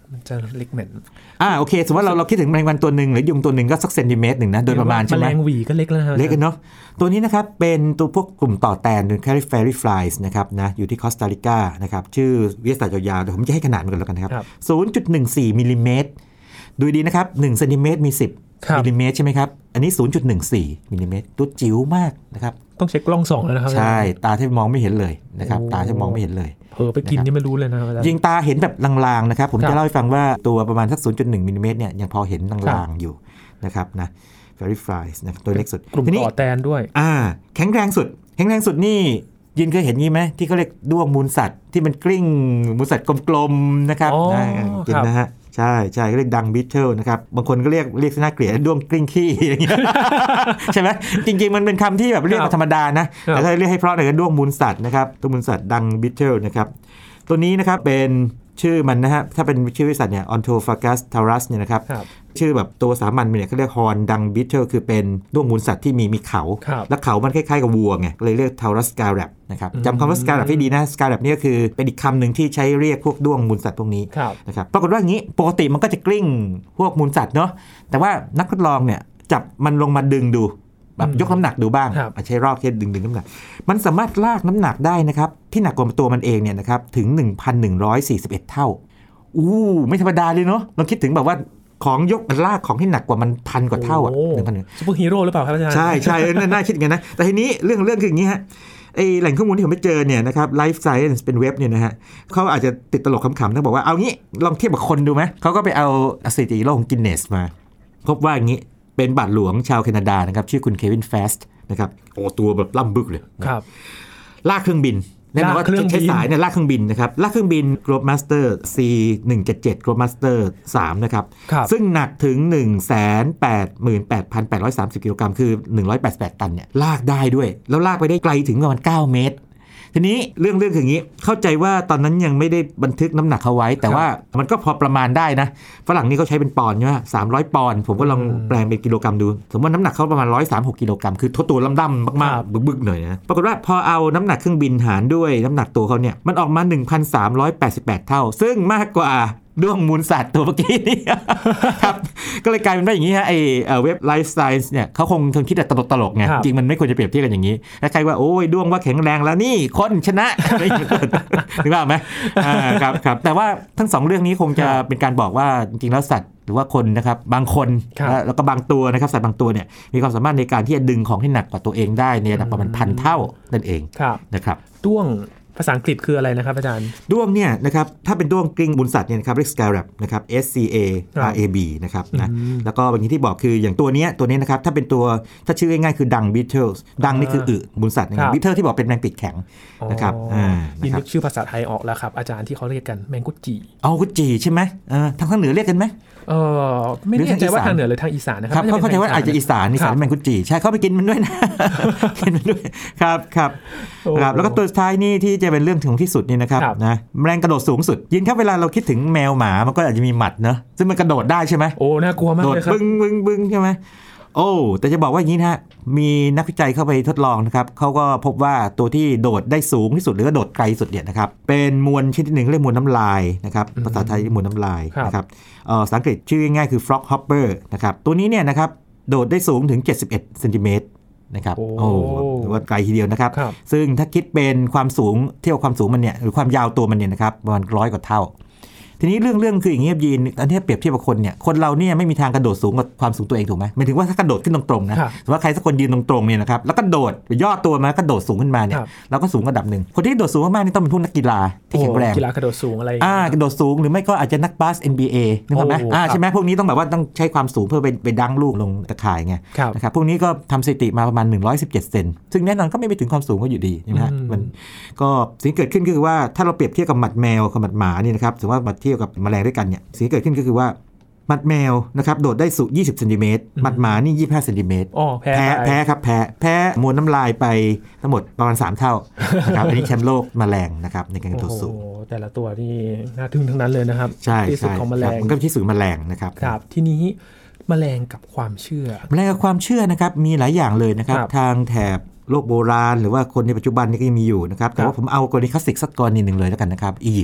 มันจะเล็กเหม็นอ่าโอเคสมมติว่าเราเราคิดถึงแมลงวันตัวนึงหรือยุงตัวนึงก็สักเซนติเมตรนึงนะโดยประมาณใช่ไหมแมลงหวีก็เล็กแล้วนะเล็กกันเนาะตัวนี้นะครับเป็นตัวพวกกลุ่มต่อแตนหรือ Callifery flies นะครับนะอยู่ที่คอสตาริกานะครับชื่อวิทยาศาสตร์ยาวๆเดี๋ยวผมจะให้ขนาดมันกันแล้วกันนะครับ ศูนย์จุดหนึ่งสี่ มิลลิเมตรดูดีนะครับหนึ่งเซนติเมตรมีสิบมิลลิเมตรใช่ไหมครับอันนี้ ศูนย์จุดหนึ่งสี่ มิลลิเมตรตัวจิ๋วมากนะครับต้องเช็คกล้องส่องแล้วนะครับใช่ตาที่มองไม่เห็นเลยนะครับตาที่มองไม่เห็นเลยเผลอไปกินนี่ไม่รู้เลยนะครับยิงตาเห็นแบบลางๆนะครับผมจะเล่าให้ฟังว่าตัวประมาณสัก ศูนย์จุดหนึ่ง มิลลิเมตรเนี่ยยังพอเห็นลางๆอยู่นะครับนะ Fairy flies นะตัวเล็กสุดกลุ่มต่อแตนด้วยอ่าแข็งแรงสุดแข็งแรงสุดนี่ยินเคยเห็นงี้ไหมที่เขาเรียกด้วงมูลสัตว์ที่มันกลิ้งมูลสัตว์กลมๆนะครับกินนะฮะใช่ใช่เรียกดังบิทเทิลนะครับบางคนก็เรียกเรียกน่าเกลียดด้วงกลิ้งขี้อย่างเงี้ยใช่ไหมจริงๆมันเป็นคำที่แบบเรียกธรรมดานะแต่ถ้าเรียกให้เพราะหน่อยก็ด้วงมูลสัตว์นะครับด้วงมูลสัตว์ดังบิทเทิลนะครับตัวนี้นะครับเป็นชื่อมันนะฮะถ้าเป็นชื่อบริษัทเนี่ย Ontophagus taurus เนี่ยนะครับชื่อแบบตัวสามัญเนี่ยเขาเรียก horn dung beetle คือเป็นด้วงมูลสัตว์ที่มีมีเขาและเขามันคล้ายๆกับวัวไงเลยเรียก taurus scarab นะครับจำคำว่า scarab ให้ดีนะ scarab นี่ก็คือเป็นอีกคำหนึ่งที่ใช้เรียกพวกด้วงมูลสัตว์พวกนี้นะครับปรากฏว่าอย่างนี้ปกติมันก็จะกลิ้งพวกมูลสัตว์เนาะแต่ว่านักทดลองเนี่ยจับมันลงมาดึงดูแบบยกน้ำหนักดูบ้างใช้รอบแค่ดึงดึงน้ำหนักมันสามารถลากน้ำหนักได้นะครับที่หนักกว่าตัวมันเองเนี่ยนะครับถึง หนึ่งพันหนึ่งร้อยสี่สิบเอ็ด เท่าอู้ไม่ธรรมดาเลยเนาะลองคิดถึงแบบว่าของยกมันลากของที่หนักกว่ามันพันกว่าเท่าอ่ะหนึ่งพันซุปเปอร์ฮีโร่หรือเปล่าครับอาจารย์ใช่ใช่น่าคิดกันนะแต่ทีนี้เรื่องเรื่องคืออย่างนี้ฮะไอแหล่งข้อมูลที่ผมไปเจอเนี่ยนะครับ Life Science เป็นเว็บเนี่ยนะฮะเขาอาจจะติดตลกขำๆต้องบอกว่าเอางี้ลองเทียบกับคนดูไหมเขาก็ไปเอาสถิติโลกของกินเนสมาพบว่าอย่างนี้เป็นบาทหลวงชาวแคนาดานะครับชื่อคุณเควินแฟสต์นะครับโอ้ตัวแบบล่ำบึกเลยครับลากเครื่องบินแน่นอนว่าใช้สายเนี่ยลากเครื่องบินนะครับลากเครื่องบิน Globemaster ซี หนึ่งเจ็ดเจ็ด Globemaster สามนะครับซึ่งหนักถึง หนึ่งแสนแปดหมื่นแปดพันแปดร้อยสามสิบ กิโลกรัมคือหนึ่งร้อยแปดสิบแปดตันเนี่ยลากได้ด้วยแล้วลากไปได้ไกลถึงประมาณเก้าเมตรทีนี้เรื่องเรื่องคืออย่างนี้เข้าใจว่าตอนนั้นยังไม่ได้บันทึกน้ำหนักเขาไว้แต่ว่ามันก็พอประมาณได้นะฝรั่งนี่เขาใช้เป็นปอนด์ใช่ไหมสามร้อยปอนด์ผมก็ลองแปลงเป็นกิโลกรัมดูสมมติน้ำหนักเขาประมาณหนึ่งร้อยสามสิบหกกิโลกรัมคือตัวลำดั้มมากๆบึกๆหน่อยนะปรากฏว่าพอเอาน้ำหนักเครื่องบินหารด้วยน้ำหนักตัวเขาเนี่ยมันออกมา หนึ่งพันสามร้อยแปดสิบแปด เท่าซึ่งมากกว่าด้วงมูลสัตว์ตัวเมื่อกี้นี่ครับก็เลยกลายเป็นว่าอย่างนี้ฮะไอ้เว็บ Life Science เนี่ยเขาคงคงคิดแต่ตลกๆไงจริงมันไม่ควรจะเปรียบเทียบกันอย่างนี้แล้วใครว่าโอ้ยด้วงว่าแข็งแรงแล้วนี่คนชนะนึกว่าไหมครับครับแต่ว่าทั้งสองเรื่องนี้คงจะเป็นการบอกว่าจริงๆแล้วสัตว์หรือว่าคนนะครับบางคนแล้วก็บางตัวนะครับสัตว์บางตัวเนี่ยมีความสามารถในการที่จะดึงของที่หนักกว่าตัวเองได้ในระดับประมาณพันเท่านั่นเองนะครับด้วงภาษาอังกฤษคืออะไรนะครับอาจารย์ด้วงเนี่ยนะครับถ้าเป็นด้วงกลิ้งมูลสัตว์เนี่ยนะครับเรียก scarab นะครับ S C A R A B นะครับนะแล้วก็อย่างที่บอกคืออย่างตัวนี้ตัวนี้นะครับถ้าเป็นตัวถ้าชื่อง่ายๆคือ dung beetles ดังนี่คืออึมูลสัตว์นะครับ beetle ที่บอกเป็นแมงปีกแข็งนะครับอ่านี่นึกชื่อภาษาไทยออกแล้วครับอาจารย์ที่เขาเรียกกันแมงกุดจีอ๋อกุดจีใช่ไหมเออทางภาคเหนือเรียกกันไหมเออไม่แน่ใจว่าทางเหนือหรือทางอีสานนะครับเขาเข้าใจว่าอาจจะอีสานอีสานแมงกุดจีใช่เขาไปกินมันด้วยนะกินมันด้วยครับครับครับแล้วก็ตัวสุดท้ายนี่ที่จะเป็นเรื่องของที่สุดนี่นะครับนะแมลงกระโดดสูงสุดยินครับเวลาเราคิดถึงแมวหมามันก็อาจจะมีหมัดเนอะซึ่งมันกระโดดได้ใช่ไหมโอ้น่ากลัวมากเลยครับโดดบึ้งบึ้งบึ้งใช่ไหมโอ้แต่จะบอกว่าอย่างนี้นะมีนักวิจัยเข้าไปทดลองนะครับเขาก็พบว่าตัวที่โดดได้สูงที่สุดหรือว่าโดดไกลสุดเนี่ยนะครับเป็นมวลชนิดหนึ่งเรียกมวลน้ำลายนะครับภาษาไทยเรียกมวลน้ำลายนะครับภาษาอังกฤษชื่อง่ายๆคือ frog hopper นะครับตัวนี้เนี่ยนะครับโดดได้สูงถึงเจ็ดสิบเอ็ดเซนติเมตรนะครับโอ้ว่าไกลทีเดียวนะครับซึ่งถ้าคิดเป็นความสูงเทียบความสูงมันเนี่ยหรือความยาวตัวมันเนี่ยนะครับประมาณร้อยกว่าเท่าทีนี้เรื่องเรื่องคืออย่างนี้ยีนอันนี้เปรียบเทียบกับคนเนี่ยคนเราเนี่ยไม่มีทางกระโดดสูงกว่าความสูงตัวเองถูกไหมหมายถึงว่าถ้ากระโดดขึ้นตรงๆนะสมมติว่าใครสักคนยืนตรงๆเนี่ยนะครับแล้วก็โดดย่อตัวมากระโดดสูงขึ้นมาเนี่ยเราก็สูงระดับหนึ่งคนที่โดดสูงมากๆนี่ต้องเป็นพวกนักกีฬาที่แข็งแรงกีฬากระโดดสูงอะไรอ่ากระโดดสูงหรือไม่ก็อาจจะนักบาส เอ็น บี เอ นึกออกไหมอ่าใช่ไหมพวกนี้ต้องแบบว่าต้องใช้ความสูงเพื่อไปไปดังลูกลงตะข่ายไงนะครับพวกนี้ก็ทำสถิติมาประมาณหนึ่งร้อยสิบเจ็ดเซนซึ่งแน่นอนก็ไม่ไปถึงความสูงก็อยู่ดีนะฮะมันก็สิ่งเกิดขึ้นก็คือว่าถ้าเราเปรียบเทียบกับหมัดแมวกับหมัดหมานี่นะครับสมมติว่ามาเทียบกับแมลงด้วยกันเนี่ยสิ่งที่เกิดขึ้นก็คือว่าหมัดแมวนะครับโดดได้สูงยี่สิบเซนติเมตรหมัดหมานี่ยี่สิบห้าเซนติเมตรอ๋อแพ้แพ้ครับแพ้แพ้มวลน้ำลายไปทั้งหมดประมาณสามเท่านะครับอันนี้แชมป์โลกแมลงนะครับในการกระโดดสูงโอ้แต่ละตัวนี่น่าทึ่งทั้งนั้นเลยนะครับใช่ที่สุดของแมลงมันก็ที่สุดแมลงนะครับครับทีนี้แมลงกับความเชื่อแมลงกับความเชื่อนะครับมีหลายอย่างเลยนะครับทางแถบโลกโบราณหรือว่าคนในปัจจุบันนี่ก็ยังมีอยู่นะครับแต่ว่าผมเอากรณีคลาสสิกสักกรณีหนึ่งเลยแล้วกันนะครับอียิปต์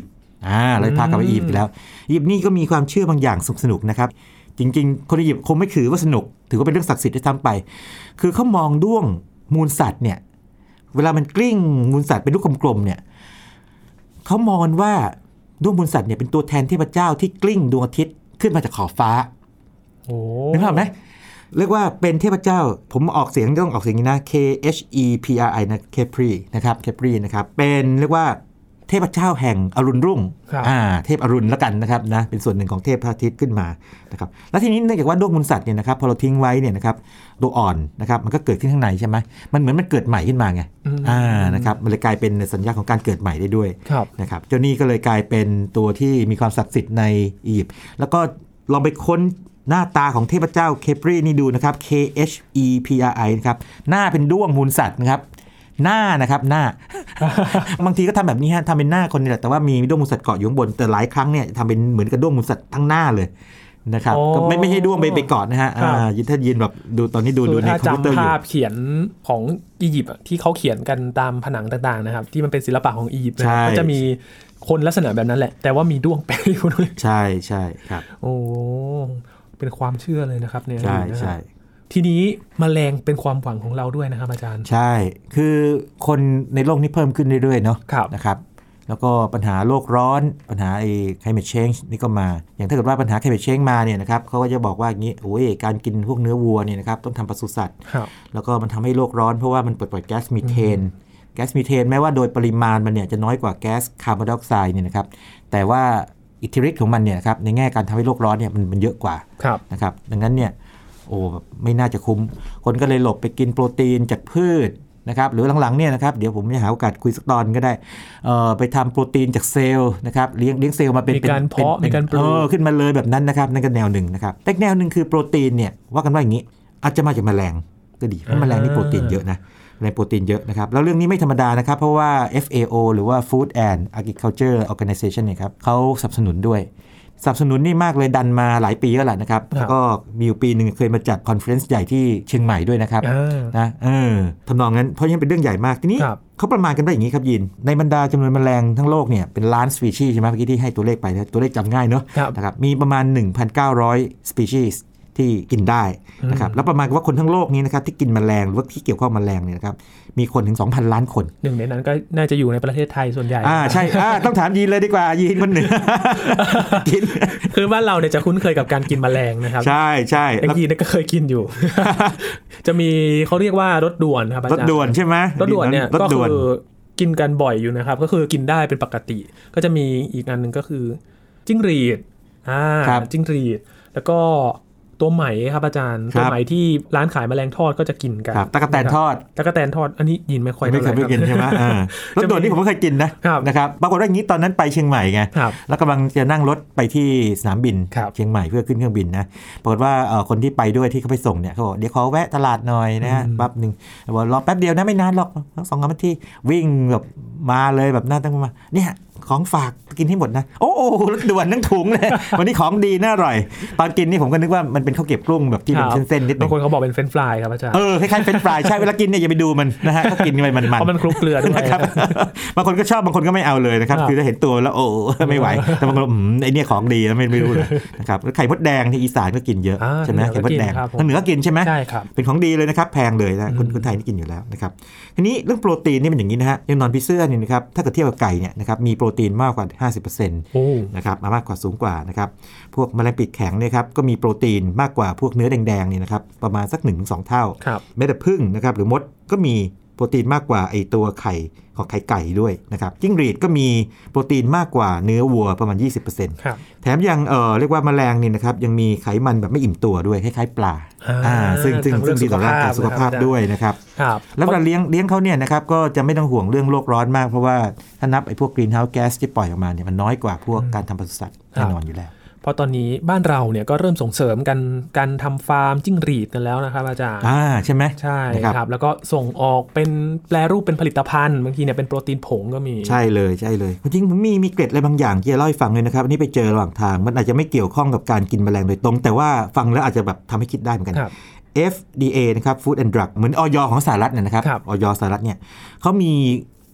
อ่าเลยพากลับไปอียิปต์อีกแล้วอียิปต์นี่ก็มีความเชื่อบางอย่างสนุกๆนะครับจริงๆคนอียิปต์คงไม่ถือว่าสนุกถือว่าเป็นเรื่องศักดิ์สิทธิ์ที่ทำไปคือเขามองด้วงมูลสัตว์เนี่ยเวลามันกลิ้งมูลสัตว์เป็นลูกกลมๆเนี่ยเขามองว่าดวงมูลสัตว์เนี่ยเป็นตัวแทนเทพเจ้าที่กลิ้งดวงอาทิตย์ขึ้นมาจากขอบฟ้าโอ้นึกภาพไหมเรียกว่าเป็นเทพเจ้าผมออกเสียงต้องออกเสียงนี้นะ K H E P R I นะ Khepri นะครับ Khepri นะครับเป็นเรียกว่าเทพเจ้าแห่งอรุณรุ่งอ่าเทพอรุณแล้วกันนะครับนะเป็นส่วนหนึ่งของเทพพระอาทิตย์ขึ้นมานะครับแล้วทีนี้เนื่องจากว่าดวงมูลสัตว์เนี่ยนะครับพอเราทิ้งไว้เนี่ยนะครับตัวอ่อนนะครับมันก็เกิดขึ้นข้างในใช่ไหมมันเหมือนมันเกิดใหม่ขึ้นมาไงอ่านะครับมันเลยกลายเป็นสัญญาของการเกิดใหม่ได้ด้วยนะครับเจ้านี่ก็เลยกลายเป็นตัวที่มีความศักดิ์สิทธิ์ในอียิปต์แล้วก็ลองไปค้นหน้าตาของเทพเจ้าเคปรีนี่ดูนะครับ K H E P R I นะครับหน้าเป็นด้วงมูลสัตว์นะครับหน้านะครับหน้า บางทีก็ทำแบบนี้ฮะทำเป็นหน้าคนนี่แหละแต่ว่ามีด้วงมูลสัตว์เกาะอยู่ข้างบนแต่หลายครั้งเนี่ยทำเป็นเหมือนกับด้วงมูลสัตว์ทั้งหน้าเลยนะครับก็ไม่ไม่ใช่ด้วงไปไปเกาะนะฮะยินถ้ายินแบบดูตอนนี้ดูดูในคอมพิวเตอร์อยู่ภาพเขียนของอียิปต์ที่เขาเขียนกันตามผนังต่างๆนะครับที่มันเป็นศิลปะของอียิปต์ก็จะมีคนลักษณะแบบนั้นแหละแต่ว่ามีด้วงแปะอยู่ด้วยใช่ใช่ครับโอ้เป็นความเชื่อเลยนะครับเนี่ยใช่ใช่ทีนี้แมลงเป็นความหวังของเราด้วยนะครับอาจารย์ใช่คือคนในโลกนี้เพิ่มขึ้นเรื่อยๆเนาะนะครับแล้วก็ปัญหาโลกร้อนปัญหาไอ้ climate change นี่ก็มาอย่างถ้าเกิดว่าปัญหา climate change มาเนี่ยนะครับเขาก็จะบอกว่าอย่างนี้โอ้ยการกินพวกเนื้อวัวเนี่ยนะครับต้องทำปศุสัตว์แล้วก็มันทำให้โลกร้อนเพราะว่ามันปล่อยแก๊สมีเทนแก๊สมีเทนแม้ว่าโดยปริมาณมันเนี่ยจะน้อยกว่าแก๊สคาร์บอนไดออกไซด์เนี่ยนะครับแต่ว่าอิทธิฤทธิ์ของมันเนี่ยครับในแง่การทำให้โลกร้อนเนี่ยมันมันเยอะกว่านะครับดังนั้นเนี่ยโอ้ไม่น่าจะคุ้มคนก็เลยหลบไปกินโปรตีนจากพืชนะครับหรือหลังๆเนี่ยนะครับเดี๋ยวผมจะหาโอกาสคุยสักตอนก็ได้เอ่อไปทำโปรตีนจากเซลล์นะครับเลี้ยงเลี้ยงเซลล์มาเป็นมีการเพาะมีการปลูกขึ้นมาเลยแบบนั้นนะครับนั่นก็แนวหนึ่งนะครับแต่แนวหนึ่งคือโปรตีนเนี่ยว่ากันว่าอย่างนี้อาจจะมาจากแมลงก็ดีเพราะแมลงนี่โปรตีนเยอะนะในโปรตีนเยอะนะครับแล้วเรื่องนี้ไม่ธรรมดานะครับเพราะว่า F A O หรือว่า Food and Agriculture Organization เนี่ยครับเขาสนับสนุนด้วยสนับสนุนนี่มากเลยดันมาหลายปีแล้วแหละนะครับแล้วก็มีอยู่ปีหนึ่งเคยมาจัดคอนเฟอเรนซ์ใหญ่ที่เชียงใหม่ด้วยนะครับนะเออทำนองนั้นเพราะยังเป็นเรื่องใหญ่มากทีนี้เขาประมาณกันได้อย่างนี้ครับยินในบรรดาจำนวนแมลงทั้งโลกเนี่ยเป็นล้านสปีชีส์ใช่ไหมเมื่อกี้ที่ให้ตัวเลขไปนะตัวเลขจำง่ายเนอะนะครับมีประมาณ หนึ่งพันเก้าร้อย สปีชีส์ที่กินได้นะครับแล้วประมาณว่าคนทั้งโลกนี้นะครับที่กินแมลงหรือว่าที่เกี่ยวข้องแมลงเนี่ยนะครับมีคนถึง สองพัน ล้านคนหนึ่งในนั้นก็น่าจะอยู่ในประเทศไทยส่วนใหญ่อ่าใช่อ่าต้องถามยีนเลยดีกว่ายีนคนหนึ่งกินคือบ้านเราเนี่ยจะคุ้นเคยกับการกินแมลงนะครับใช่ใช่แล้วยีนก็เคยกินอยู่ จะมีเขาเรียกว่ารถด่วนครับอาจารย์รถด่วนใช่ไหมรถด่วนเนี่ยก็คือกินกันบ่อยอยู่นะครับก็คือกินได้เป็นปกติก็จะมีอีกอันนึงก็คือจิ้งหรีดอ่าจิ้งหรีดแล้วก็ตัวไหมครับอาจารย์ตัวไหมที่ร้านขายแมลงทอดก็จะกินกันตะกะแตนทอดตะกะแตนทอดอันนี้ยินไม่ค่อยไม่เคยไม่กินใช่ไหมรถด่วนนี่ผมไม่เคยกินนะนะครับปรากฏว่าอย่างนี้ตอนนั้นไปเชียงใหม่ไงแล้วกำลังจะนั่งรถไปที่สนามบินเชียงใหม่เพื่อขึ้นเครื่องบินนะปรากฏว่าคนที่ไปด้วยที่เขาไปส่งเนี่ยเขาบอกเดี๋ยวขอแวะตลาดหน่อยนะแป๊บนึงบอกรอแป๊บเดียวนะไม่นานหรอกสองสามนาทีวิ่งแบบมาเลยแบบน่าตั้งมาเนี่ยของฝากกินให้หมดนะโอ้โหรถด่วนทั้งถุงเลยวันนี้ของดีน่าอร่อยตอนกินนี่ผมก็นึกว่ามันเป็นข้าวเก็บกลุ้งแบบที่เป็นเส้นๆนิดนึงบางคนเขาบอกเป็นเฟรนช์ฟรายครับอาจารย์เออคล้ายๆเฟรนช์ฟรายใช่เวลากินเนี่ยอย่าไปดูมันนะฮะก็กินไปมันๆเพราะมันคลุกเกลือด้วยนะครับบางคนก็ชอบบางคนก็ไม่เอาเลยนะครับคือถ้าเห็นตัวแล้วโอ้ไม่ไหวแต่บางคนอืมไอเนี่ยของดีแล้วไม่ไม่รู้เลยนะครับไข่มดแดงที่อีสานก็กินเยอะใช่ไหมไข่มดแดงทางเหนือก็กินใช่ไหมใช่ครับเป็นของดีเลยนะครับแพงเลยนะคนคนไทยนี่กินอยู่แล้วนะครับทีนี้เรื่องโปรตีนนี่มันอย่างนี้นะฮะอย่างนอนพิเซอร์นี่นะครับถ้าเกิดเทียบกับไก่เนี่ยนะครับมีโปรตีนมากกว่า ห้าสิบเปอร์เซ็นต์ นะครับมากกว่าสูงกว่านะครับพวกแมลงปีกแข็งเนี่ยครับก็มีโปรตีนมากกว่าพวกเนื้อแดงๆนี่นะครับประมาณสัก หนึ่งถึงสอง เท่าแม้แต่ผึ้งนะครับหรือมดก็มีโปรตีนมากกว่าไอตัวไข่ของไข่ไก่ด้วยนะครับจิ้งหรีดก็มีโปรตีนมากกว่าเนื้อวัวประมาณ ยี่สิบเปอร์เซ็นต์ แถมยังเอ่อเรียกว่าแมลงนี่นะครับยังมีไขมันแบบไม่อิ่มตัวด้วยคล้ายๆปลาอ่าซึ่งซึ่งซึ่งดีต่อร่างกายสุขภาพด้วยนะครับแล้วเวลาเลี้ยงเลี้ยงเขาเนี่ยนะครับก็จะไม่ต้องห่วงเรื่องโลกร้อนมากเพราะว่าถ้านับไอ้พวกกรีนเฮาส์แก๊สที่ปล่อยออกมาเนี่ยมันน้อยกว่าพวกการทำปศุสัตว์แน่นอนอยู่แล้วเพราะตอนนี้บ้านเราเนี่ยก็เริ่มส่งเสริมกันการทำฟาร์มจิ้งหรีดกันแล้วนะครับอาจารย์อ่าใช่ไหมใช่ครับแล้วก็ส่งออกเป็นแปรรูปเป็นผลิตภัณฑ์บางทีเนี่ยเป็นโปรตีนผงก็มีใช่เลยใช่เลยจริงๆมีมีเกร็ดอะไรบางอย่างที่จะเล่าให้ฟังเลยนะครับอันนี้ไปเจอระหว่างทางมันอาจจะไม่เกี่ยวข้องกับการกินแมลงโดยตรงแต่ว่าฟังแล้วอาจจะแบบทำให้คิดได้เหมือนกัน F D A นะครับ Food and Drug เหมือนอย.ของสหรัฐเนี่ยนะครับอย.สหรัฐเนี่ยเขามี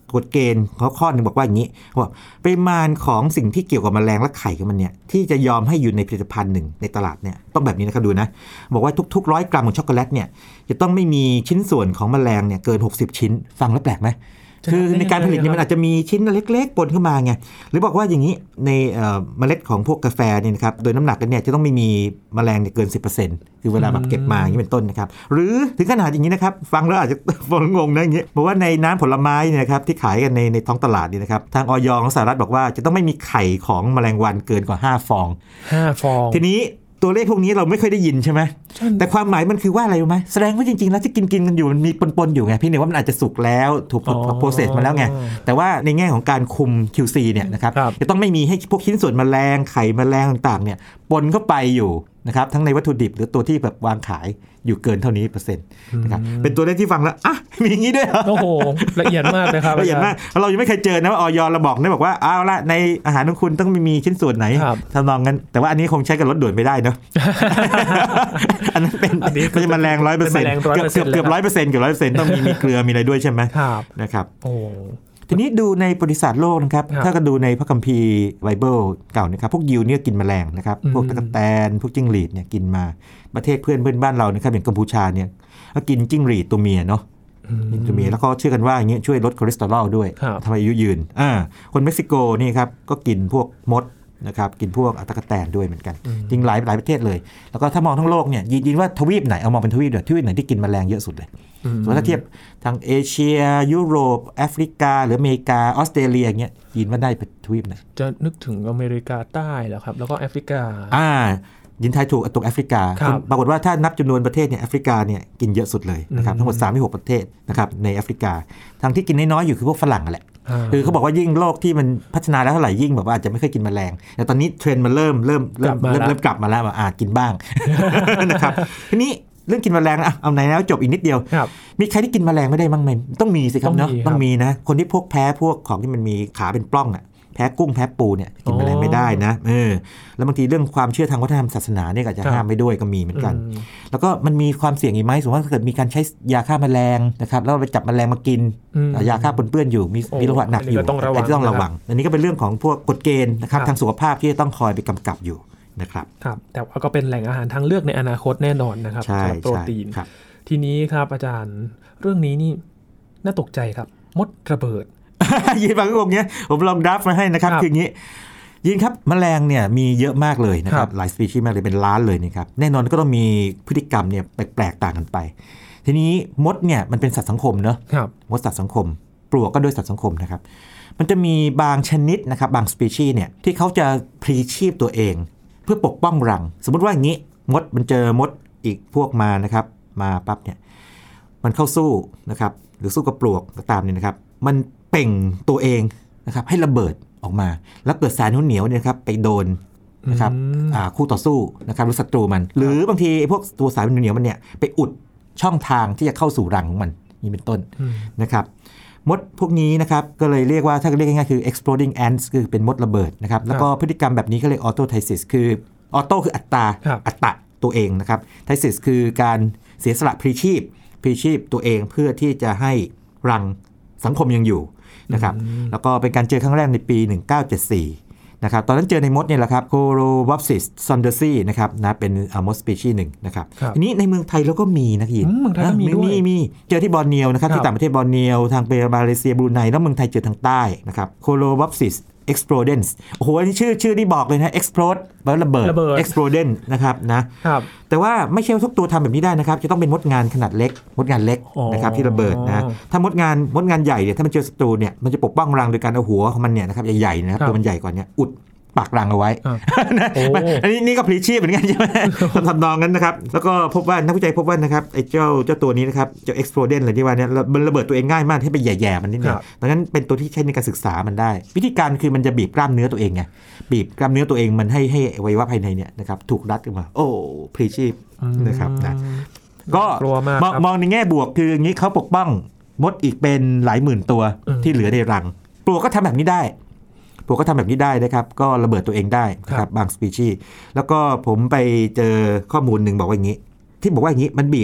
กฎเกณฑ์ข้อข้อนึงบอกว่าอย่างนี้ว่าปริมาณของสิ่งที่เกี่ยวกับแมลงและไข่ของมันเนี่ยที่จะยอมให้อยู่ในผลิตภัณฑ์หนึ่งในตลาดเนี่ยต้องแบบนี้นะครับดูนะบอกว่าทุกๆร้อยกรัมของช็อกโกแลตเนี่ยจะต้องไม่มีชิ้นส่วนของแมลงเนี่ยเกินหกสิบชิ้นฟังแล้วแปลกไหมคือในการผลิตเนี่ยมันอาจจะมีชิ้นเล็กๆปนเข้ามาไงหรือบอกว่าอย่างนี้ในเมล็ดของพวกกาแฟเนี่ยนะครับโดยน้ำหนักกันเนี่ยจะต้องไม่มีแมลงเนี่ยเกิน สิบเปอร์เซ็นต์ คือเวลาแบบเก็บมาอย่างนี้เป็นต้นนะครับหรือถึงขนาดอย่างนี้นะครับฟังแล้วอาจจะงงนะอย่างนี้บอกว่าในน้ำผลไม้เนี่ยนะครับที่ขายกันในในท้องตลาดนี่นะครับทางอย.ของสหรัฐบอกว่าจะต้องไม่มีไข่ของแมลงวันเกินกว่าห้าฟองห้าฟองทีนี้ตัวเลขพวกนี้เราไม่เคยได้ยินใช่ไหมแต่ความหมายมันคือว่าอะไรรู้ไหมแสดงว่าจริงๆแล้วที่กินกินกันอยู่มันมีปนๆอยู่ไงพี่เนี่ยว่ามันอาจจะสุกแล้วถูกโปรเซสมาแล้วไงแต่ว่าในแง่ของการคุม คิว ซี เนี่ยนะครับจะต้องไม่มีให้พวกชิ้นส่วนแมลงไข่แมลงต่างๆเนี่ยปนเข้าไปอยู่นะครับทั้งในวัตถุดิบหรือตัวที่แบบวางขายอยู่เกินเท่านี้เปอร์เซ็นต์นะครับเป็นตัวเลขที่ฟังแล้วอ่ะมีอย่างนี้ด้วยเหรอโอ้โหละเอียดมากเลยครับละเอียดมากเรายังไม่เคยเจอนะว่าอย.เราบอกได้บอกว่าเอาละในอาหารของคุณต้องมีชิ้นส่วนไหนทำนองนั้นแต่ว่าอันนี้คงใช้กับรถด่วนไม่ได้เนาะอันนั้นเป็นมันจะแมลงร้อยเปอร์เซ็นต์เกือบเกือบร้อยเปอร์เซ็นต์เกือบร้อยเปอร์เซ็นต์ต้องมีมีเกลือมีอะไรด้วยใช่ไหมนะครับโอ้ทีนี้ดูในประวัติศาสตร์โลกนะครับถ้าก็ดูในพระคัมภีร์ไบเบิลเก่านะครับพวกยิวเนี่ยกินแมลงนะครับพวกตะกั่วแตนพวกจิ้งหรีดเนี่ยกินมาประเทศเพื่อนเพื่อนบ้านเรานะครับอย่างกัมพูชาเนี่ยก็กินจิ้งหรีดตัวเมียเนาะตัวเมียแล้วก็เชื่อกันว่าอย่างเงี้ยช่วยลดคอเลสเตอรอลด้วยทำให้อายุยืนอ่าคนเม็กซิโกนี่ครับก็กินพวกมดนะครับกินพวกตะกั่วแตนด้วยเหมือนกันจริงหลายหลายประเทศเลยแล้วก็ถ้ามองทั้งโลกเนี่ยยินว่าทวีปไหนเอามองเป็นทวีปเดี๋ยวทวีปไหนที่กินแมลงเยอะสุดเลยส่วนถ้าเทียบทางเอเชียยุโรปแอฟริกาหรืออเมริกาออสเตรเลียอย่างเงี้ยยินว่าได้เป็นทวีปไหนจะนึกถึงอเมริกาใต้เหรอครับแล้วก็แอฟริกาอ่ายินไทยถูกตกแอฟริกาปรากฏว่าถ้านับจำนวนประเทศเนี่ยแอฟริกาเนี่ยกินเยอะสุดเลยนะครับทั้งหมดสามสิบหกประเทศนะครับในแอฟริกาทางที่กินน้อยๆอยู่คือพวกฝรั่งแหละคือเขาบอกว่ายิ่งโลกที่มันพัฒนาแล้วเท่าไหร่ยิ่งแบบว่าอาจจะไม่เคยกินแมลงแต่ตอนนี้เทรนด์มันเริ่มเริ่มเริ่มเริ่มเริ่มกลับมาแล้วว่าอาจกินบ้างนะครับทีนี้เรื่องกินแมลงอ่ะเอาไหนแล้วจบอีกนิดเดียวมีใครที่กินแมลงไม่ได้บ้างไหมต้องมีสิครับเนาะต้องมีนะคนที่พวกแพ้พวกของที่มันมีขาเป็นปล้องอ่ะแพ้กุ้งแพ้ปูเนี่ยกินแมลงไม่ได้นะเออแล้วบางทีเรื่องความเชื่อทางวัฒนธรรมศาสนาเนี่ยก็จะห้ามไม่ด้วยก็มีเหมือนกันแล้วก็มันมีความเสี่ยงอีกไหมสมมติว่าถ้าเกิดมีการใช้ยาฆ่าแมลงนะครับแล้วไปจับแมลงมากินยาฆ่าปนเปื้อนอยู่มีมีโลหะหนักอยู่อันที่ต้องระวังอันนี้ก็เป็นเรื่องของพวกกฎเกณฑ์นะครับทางสุขภาพที่ต้องคอยไปกำกับอยู่นะครับครับแต่ว่าก็เป็นแหล่งอาหารทางเลือกในอนาคตแน่นอนนะครับสำหรับโปรตีนทีนี้ครับอาจารย์เรื่องนี้นี่น่าตกใจครับมดระเบิดยินฟังงงเงี้ยผมลองดับมาให้นะครับคืออย่างนี้ยินครับแมลงเนี่ยมีเยอะมากเลยนะครับหลายสปีชีส์มากเลยเป็นล้านเลยนะครับแน่นอนก็ต้องมีพฤติกรรมเนี่ยแปลกๆต่างกันไปทีนี้มดเนี่ยมันเป็นสัตว์สังคมเนอะมดสัตว์สังคมปลวกก็ด้วยสัตว์สังคมนะครับมันจะมีบางชนิดนะครับบางสปีชีส์เนี่ยที่เขาจะพลีชีพตัวเองเพื่อปกป้องรังสมมติว่าอย่างนี้มดมันเจอมดอีกพวกมานะครับมาปั๊บเนี่ยมันเข้าสู้นะครับหรือสู้กับปลวกก็ตามเนี่ยนะครับมันเป่งตัวเองนะครับให้ระเบิดออกมาแล้วเกิดสารเหนียวเนี่ยครับไปโดนนะครับคู่ต่อสู้นะครับหรือศัตรูมันหรือบางทีพวกตัวสารเหนียวมันเนี่ยไปอุดช่องทางที่จะเข้าสู่รังของมันนี่เป็นต้นนะครับมดพวกนี้นะครับก็เลยเรียกว่าถ้าเรียกง่ายๆคือ exploding ants คือเป็นมดระเบิดนะครับแล้วก็พฤติกรรมแบบนี้ก็เรียก autolysis คือ auto คืออัตราอัตราตัวเองนะครับ lysis คือการเสียสละพลีชีพพลีชีพตัวเองเพื่อที่จะให้รังสังคมยังอยู่นะครับแล้วก็เป็นการเจอครั้งแรกในปีหนึ่งพันเก้าร้อยเจ็ดสิบสี่นะครับตอนนั้นเจอในมดเนี่ยแหละครับ Corovopsis saundersi นะครับนะเป็นมดสปีชีส์หนึ่งนะครับทีนี้ในเมืองไทยเราก็มีนะพี่เมืองไทยมีด้วยมีเจอที่บอร์เนียวนะครับที่ต่างประเทศบอร์เนียวทางเปรูมาเลเซียบรูไนแล้วเมืองไทยเจอทางใต้นะครับ Corovopsis explodens โอ้โหอันนี้ชื่อชื่อที่บอกเลยนะ explode แปลว่าระเบิด explodens นะครับนะครับแต่ว่าไม่ใช่ทุกตัวทำแบบนี้ได้นะครับจะต้องเป็นมดงานขนาดเล็กมดงานเล็กนะครับที่ระเบิดนะถ้ามดงานมดงานใหญ่เนี่ยถ้ามันเจอศัตรูเนี่ยมันจะปกป้องรังโดยการเอาหัวของมันเนี่ยนะครับใหญ่ๆนะครับตัวมันใหญ่กว่านี้อุดปากรังเอาไว้อันนี้นี่ก็พลีชีพเหมือนกันใช่ไหมทำนองนั้นนะครับแล้วก็พบว่านักวิจัยพบว่านะครับไอ้เจ้าเจ้าตัวนี้นะครับเจ้า explodens อะไรที่ว่าเนี่ยมันระเบิดตัวเองง่ายมากให้ไปแย่ๆมันนิดนึงดังนั้นเป็นตัวที่ใช้ในการศึกษามันได้วิธีการคือมันจะบีบกล้ามเนื้อตัวเองไงบีบกล้ามเนื้อตัวเองมันให้ให้อวัยวะภายในเนี่ยนะครับถูกรัดออกมาโอ้พลีชีพนะครับนะก็มองในแง่บวกคืออย่างนี้เขาปกป้องมดอีกเป็นหลายหมื่นตัวที่เหลือในรังปลวกก็ทำแบบนี้ได้ปลวกก็ทำแบบนี้ได้นะครับก็ระเบิดตัวเองได้นะครับบางสปีชีส์แล้วก็ผมไปเจอข้อมูลหนึ่งบอกว่าอย่างนี้ที่บอกว่าอย่างนี้มันบีบ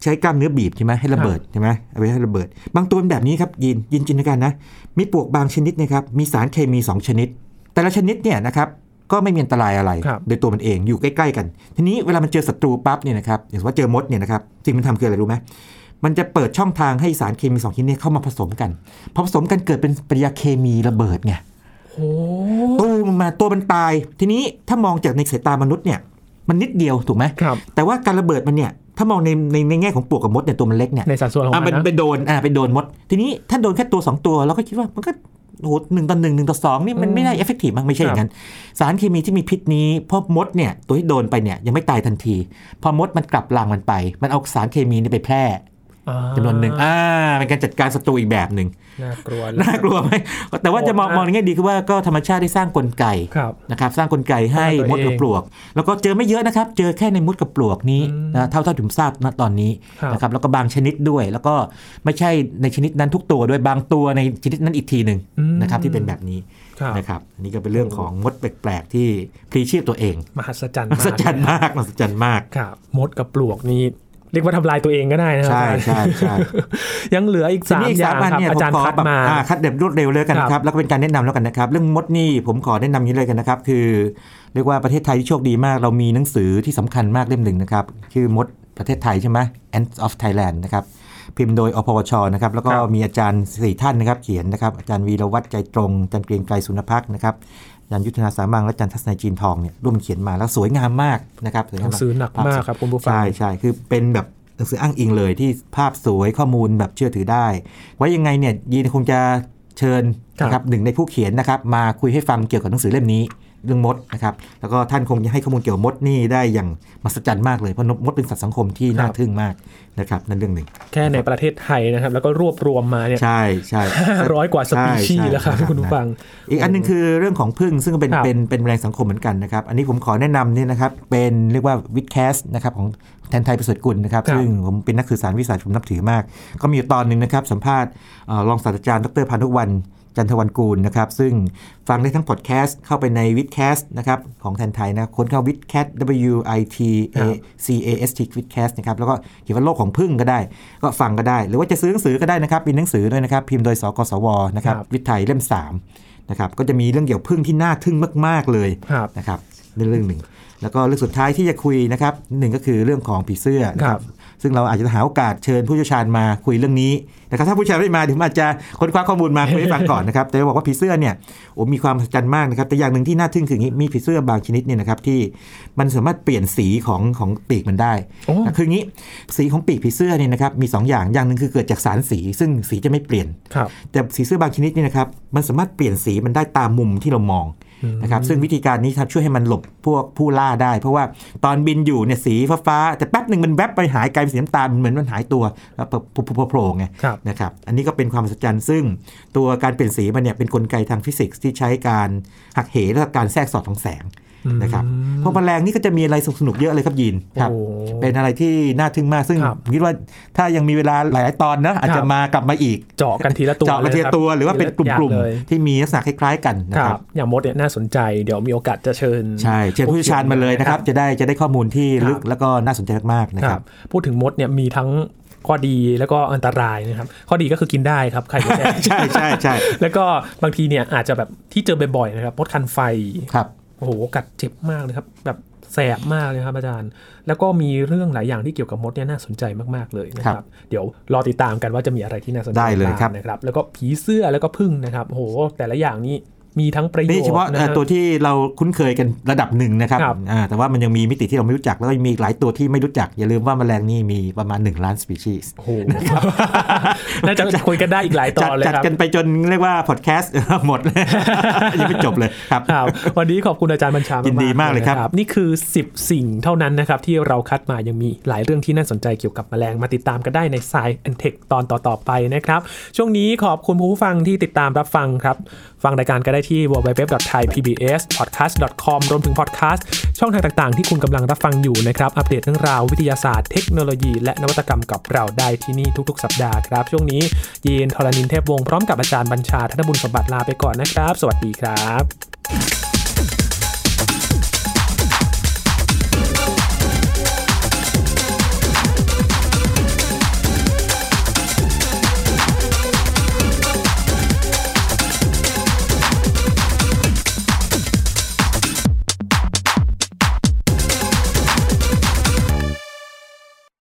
ใช้กล้ามเนื้อบีบใช่ไหมให้ระเบิดใช่ไหมเอาไว้ให้ระเบิดบางตัวเป็นแบบนี้ครับยินยินจินตนาการนะมีปลวกบางชนิดนะครับมีสารเคมีสองชนิดแต่ละชนิดเนี่ยนะครับก็ไม่มีอันตรายอะไรโดยตัวมันเองอยู่ใกล้ๆกันทีนี้เวลามันเจอศัตรูปั๊บเนี่ยนะครับอย่างว่าเจอมดเนี่ยนะครับสิ่งมันทำคืออะไรรู้ไหมมันจะเปิดช่องทางให้สารเคมีสองชนิดนี้เข้ามาผสมกันพอผสมกันเกิดเป็นปฏิกิริยาเคมีระเบิดไงตู้มันมาตัวมันตายทีนี้ถ้ามองจากในสายตามนุษย์เนี่ยมันนิดเดียวถูกไหมแต่ว่าการระเบิดมันเนี่ยถ้ามองในในในแง่ของปลวกกับมดเนี่ยตัวมันเล็กเนี่ยในสัดส่วนของมันนะไปโดนอ่าไปโดนมดทีนี้ถ้าโดนแค่ตัวสองตัวเราก็คิดว่ามันก็โอ้โหหนึ่งต่อหนึ่งหนึ่งต่อสองนี่มันไม่ได้เอฟเฟกตีฟมากไม่ใช่อย่างนั้นสารเคมีที่มีพิษนี้พอมดเนี่ยตัวที่โดนไปเนี่ยยังไม่ตายทันทีพอมดมันกลับรังมันไปมันเอาสารเคมีนี้ไปแพร่จำนวนหนึ่งอ่าเป็นการจัดการศัตรูอีกแบบหนึ่งน่ากลัวน่ากลัวไหมแต่ว่าจะมองมองในแง่ดีคือว่าก็ธรรมชาติได้สร้างกลไกนะครับสร้างกลไกให้มดกับปลวกแล้วก็เจอไม่เยอะนะครับเจอแค่ในมดกับปลวกนี้นะเท่าเท่าที่ผมทราบณตอนนี้นะครับแล้วก็บางชนิดด้วยแล้วก็ไม่ใช่ในชนิดนั้นทุกตัวด้วยบางตัวในชนิดนั้นอีกทีหนึ่งนะครับที่เป็นแบบนี้นะครับอันนี้ก็เป็นเรื่องของมดแปลกๆที่พลีชีพตัวเองมหัศจรรย์มหัศจรรย์มากมหัศจรรย์มากครับมดกับปลวกนี้เรียกว่าทำลายตัวเองก็ได้นะครับใช่ใช่ใช่ยังเหลืออีกสามอย่างครับอาจารย์คัดมาคัดเด็บรวดเร็วเลยกันนะครับแล้วก็เป็นการแนะนำแล้วกันนะครับเรื่องมดนี่ผมขอแนะนำนี้เลยกันนะครับคือเรียกว่าประเทศไทยที่โชคดีมากเรามีหนังสือที่สำคัญมากเล่มหนึ่งนะครับชื่อมดประเทศไทยใช่ไหม Ants of Thailand นะครับพิมพ์โดยอพวชนะครับแล้วก็มีอาจารย์สี่ท่านนะครับเขียนนะครับอาจารย์วีรวัฒน์ใจตรงอาจารย์เกรียงไกรสุนภักดิ์นะครับอาจารย์ยุทธนาสามังและอาจารย์ทัศนัยจีนทองเนี่ยร่วมเขียนมาแล้วสวยงามมากนะครับหนังสือหนักมากครับคุณผู้ฟังใช่ใช่คือเป็นแบบหนังสืออ้างอิงเลยที่ภาพสวยข้อมูลแบบเชื่อถือได้ไว้ยังไงเนี่ยยีนคงจะเชิญนะครับหนึ่งในผู้เขียนนะครับมาคุยให้ฟังเกี่ยวกับหนังสือเล่มนี้เรื่องมดนะครับแล้วก็ท่านคงจะให้ข้อมูลเกี่ยวกับมดนี่ได้อย่างมหัศจรรย์มากเลยเพราะมดเป็นสัตว์สังคมที่น่าทึ่งมากนะครับนั่นเรื่องหนึ่งแค่ในประเทศไทยนะครับแล้วก็รวบรวมมาเนี่ยใช่ใช่ห้าร้อยกว่าสปีชีส์แล้วครับคุณผู้ฟังอีกอันนึงคือเรื่องของผึ้งซึ่งเป็นเป็นเป็นแมลงสังคมเหมือนกันนะครับอันนี้ผมขอแนะนำนี่นะครับเป็นเรียกว่าวิดแคสนะครับของแทนไทยประเสริฐกุลนะครับซึ่งผมเป็นนักสื่อสารวิสัยผมนับถือมากก็มีตอนหนึ่งนะครับสัมภาษณ์รองศาสตราจารย์ดร.พานุวรรณจันทวันกูลนะครับซึ่งฟังได้ทั้งพอดแคสต์เข้าไปในวิดแคสต์นะครับของแทนไทยนะค้นเข้าวิดแคสต์ W I T A C A S T วิดแคสต์นะครับแล้วก็เขียนว่าโลกของผึ้งก็ได้ก็ฟังก็ได้หรือว่าจะซื้อหนังสือก็ได้นะครับมีหนังสือด้วยนะครับพิมพ์โดยสกสวนะครับวิทย์ไทยเล่มสามนะครับก็จะมีเรื่องเกี่ยวกับผึ้งที่น่าทึ่งมากๆเลยนะครับเรื่องหนึ่งแล้วก็เรื่องสุดท้ายที่จะคุยนะครับหนึ่งก็คือเรื่องของผีเสื้อนะครับซึ่งเราอาจจะหาโอกาสเชิญผู้เชี่ยวชาญมาคุยเรื่องนี้นะครับถ้าผู้เชี่ยวชาญไม่มาเดี๋ยวอาจจะค้นคว้าข้อมูลมาคุยให้ฟังก่อนนะครับแต่บอกว่าผีเสื้อเนี่ยโอ้มีความมหัศจรรย์มากนะครับแต่อย่างหนึ่งที่น่าทึ่งคืออย่างนี้มีผีเสื้อบางชนิดเนี่ยนะครับที่มันสามารถเปลี่ยนสีของของปีกมันได้คืออย่างนี้สีของปีกผีเสื้อเนี่ยนะครับมีสองอย่างอย่างนึงคือเกิดจากสารสีซึ่งสีจะไม่เปลี่ยนแต่สีเสื้อบางชนิดเนี่ยนะครับมันสามารถเปลี่ยนสีมันได้ตามมุมที่เรามองนะครับซึ่งวิธีการนี้ช่วยให้มันหลบพวกผู้ล่าได้เพราะว่าตอนบินอยู่เนี่ยสีฟ้าๆแต่แป๊บนึงมันแวบไปหายกลายเป็นสีน้ำตาลเหมือนมันหายตัวแล้วโผล่ไงนะครับอันนี้ก็เป็นความมหัศจรรย์ซึ่งตัวการเปลี่ยนสีมันเนี่ยเป็นกลไกทางฟิสิกส์ที่ใช้การหักเหและการแทรกสอดของแสงนะครับพวกแมลงนี่ก็จะมีอะไรสนุกๆเยอะเลยครับยีนครับเป็นอะไรที่น่าทึ่งมากซึ่งคิดว่าถ้ายังมีเวลาหลายๆตอนนะอาจจะมากลับมาอีกเจาะกันทีละตัวเจาะกันทีละตัวหรือว่าเป็นกลุ่มๆที่มีลักษณะคล้ายๆกันนะครับอย่างมดเนี่ยน่าสนใจเดี๋ยวมีโอกาสจะเชิญใช่เชิญผู้เชี่ยวชาญมาเลยนะครับจะได้จะได้ข้อมูลที่ลึกแล้วก็น่าสนใจมากๆนะครับพูดถึงมดเนี่ยมีทั้งข้อดีแล้วก็อันตรายนะครับข้อดีก็คือกินได้ครับใครใช่ใช่ใช่ใช่แล้วก็บางทีเนี่ยอาจจะแบบที่เจอบ่อยๆนะครับมดคันไฟครับโอ้โหกัดเจ็บมากเลยครับแบบแสบมากเลยครับอาจารย์แล้วก็มีเรื่องหลายอย่างที่เกี่ยวกับมดเนี่ยน่าสนใจมากๆเลยนะครับเดี๋ยวรอติดตามกันว่าจะมีอะไรที่น่าสนใจได้เลยครับนะครับแล้วก็ผีเสื้อแล้วก็ผึ้งนะครับโอ้โหแต่ละอย่างนี้มีทั้งประโยชน์นี่เฉพาะตัวที่เราคุ้นเคยกันระดับหนึ่งนะครับแต่ว่ามันยังมีมิติที่เราไม่รู้จักแล้วก็มีหลายตัวที่ไม่รู้จักอย่าลืมว่าแมลงนี่มีประมาณหนึ่งล้านสปีชีส์โอ้โหน่าจะคุยกันได้อีกหลายตอนเลยครับจัดกันไปจนเรียกว่าพอดแคสต์หมดเลยยังไม่จบเลยครับวันนี้ขอบคุณอาจารย์บัญชายินดีมากเลยครับนี่คือสิบสิ่งเท่านั้นนะครับที่เราคัดมายังมีหลายเรื่องที่น่าสนใจเกี่ยวกับแมลงมาติดตามกันได้ใน Science and Tech ตอนต่อๆไปนะครับช่วงนี้ขอบคุณผู้ฟังที่ติดตามรับฟังครับฟังรายการก็ได้ที่ ดับเบิลยู ดับเบิลยู ดับเบิลยู ดอท ไทย พี บี เอส พอดแคสต์ ดอท คอม รวมถึงพอดแคสต์ช่องทางต่างๆที่คุณกำลังรับฟังอยู่นะครับอัปเดตเรื่องราววิทยาศาสตร์เทคโนโลยีและนวัตกรรมกับเราได้ที่นี่ทุกๆสัปดาห์ครับช่วงนี้ยีน ธรณินทร์ เทพวงศ์พร้อมกับอาจารย์บัญชา ธนบุญสมบัติลาไปก่อนนะครับสวัสดีครับ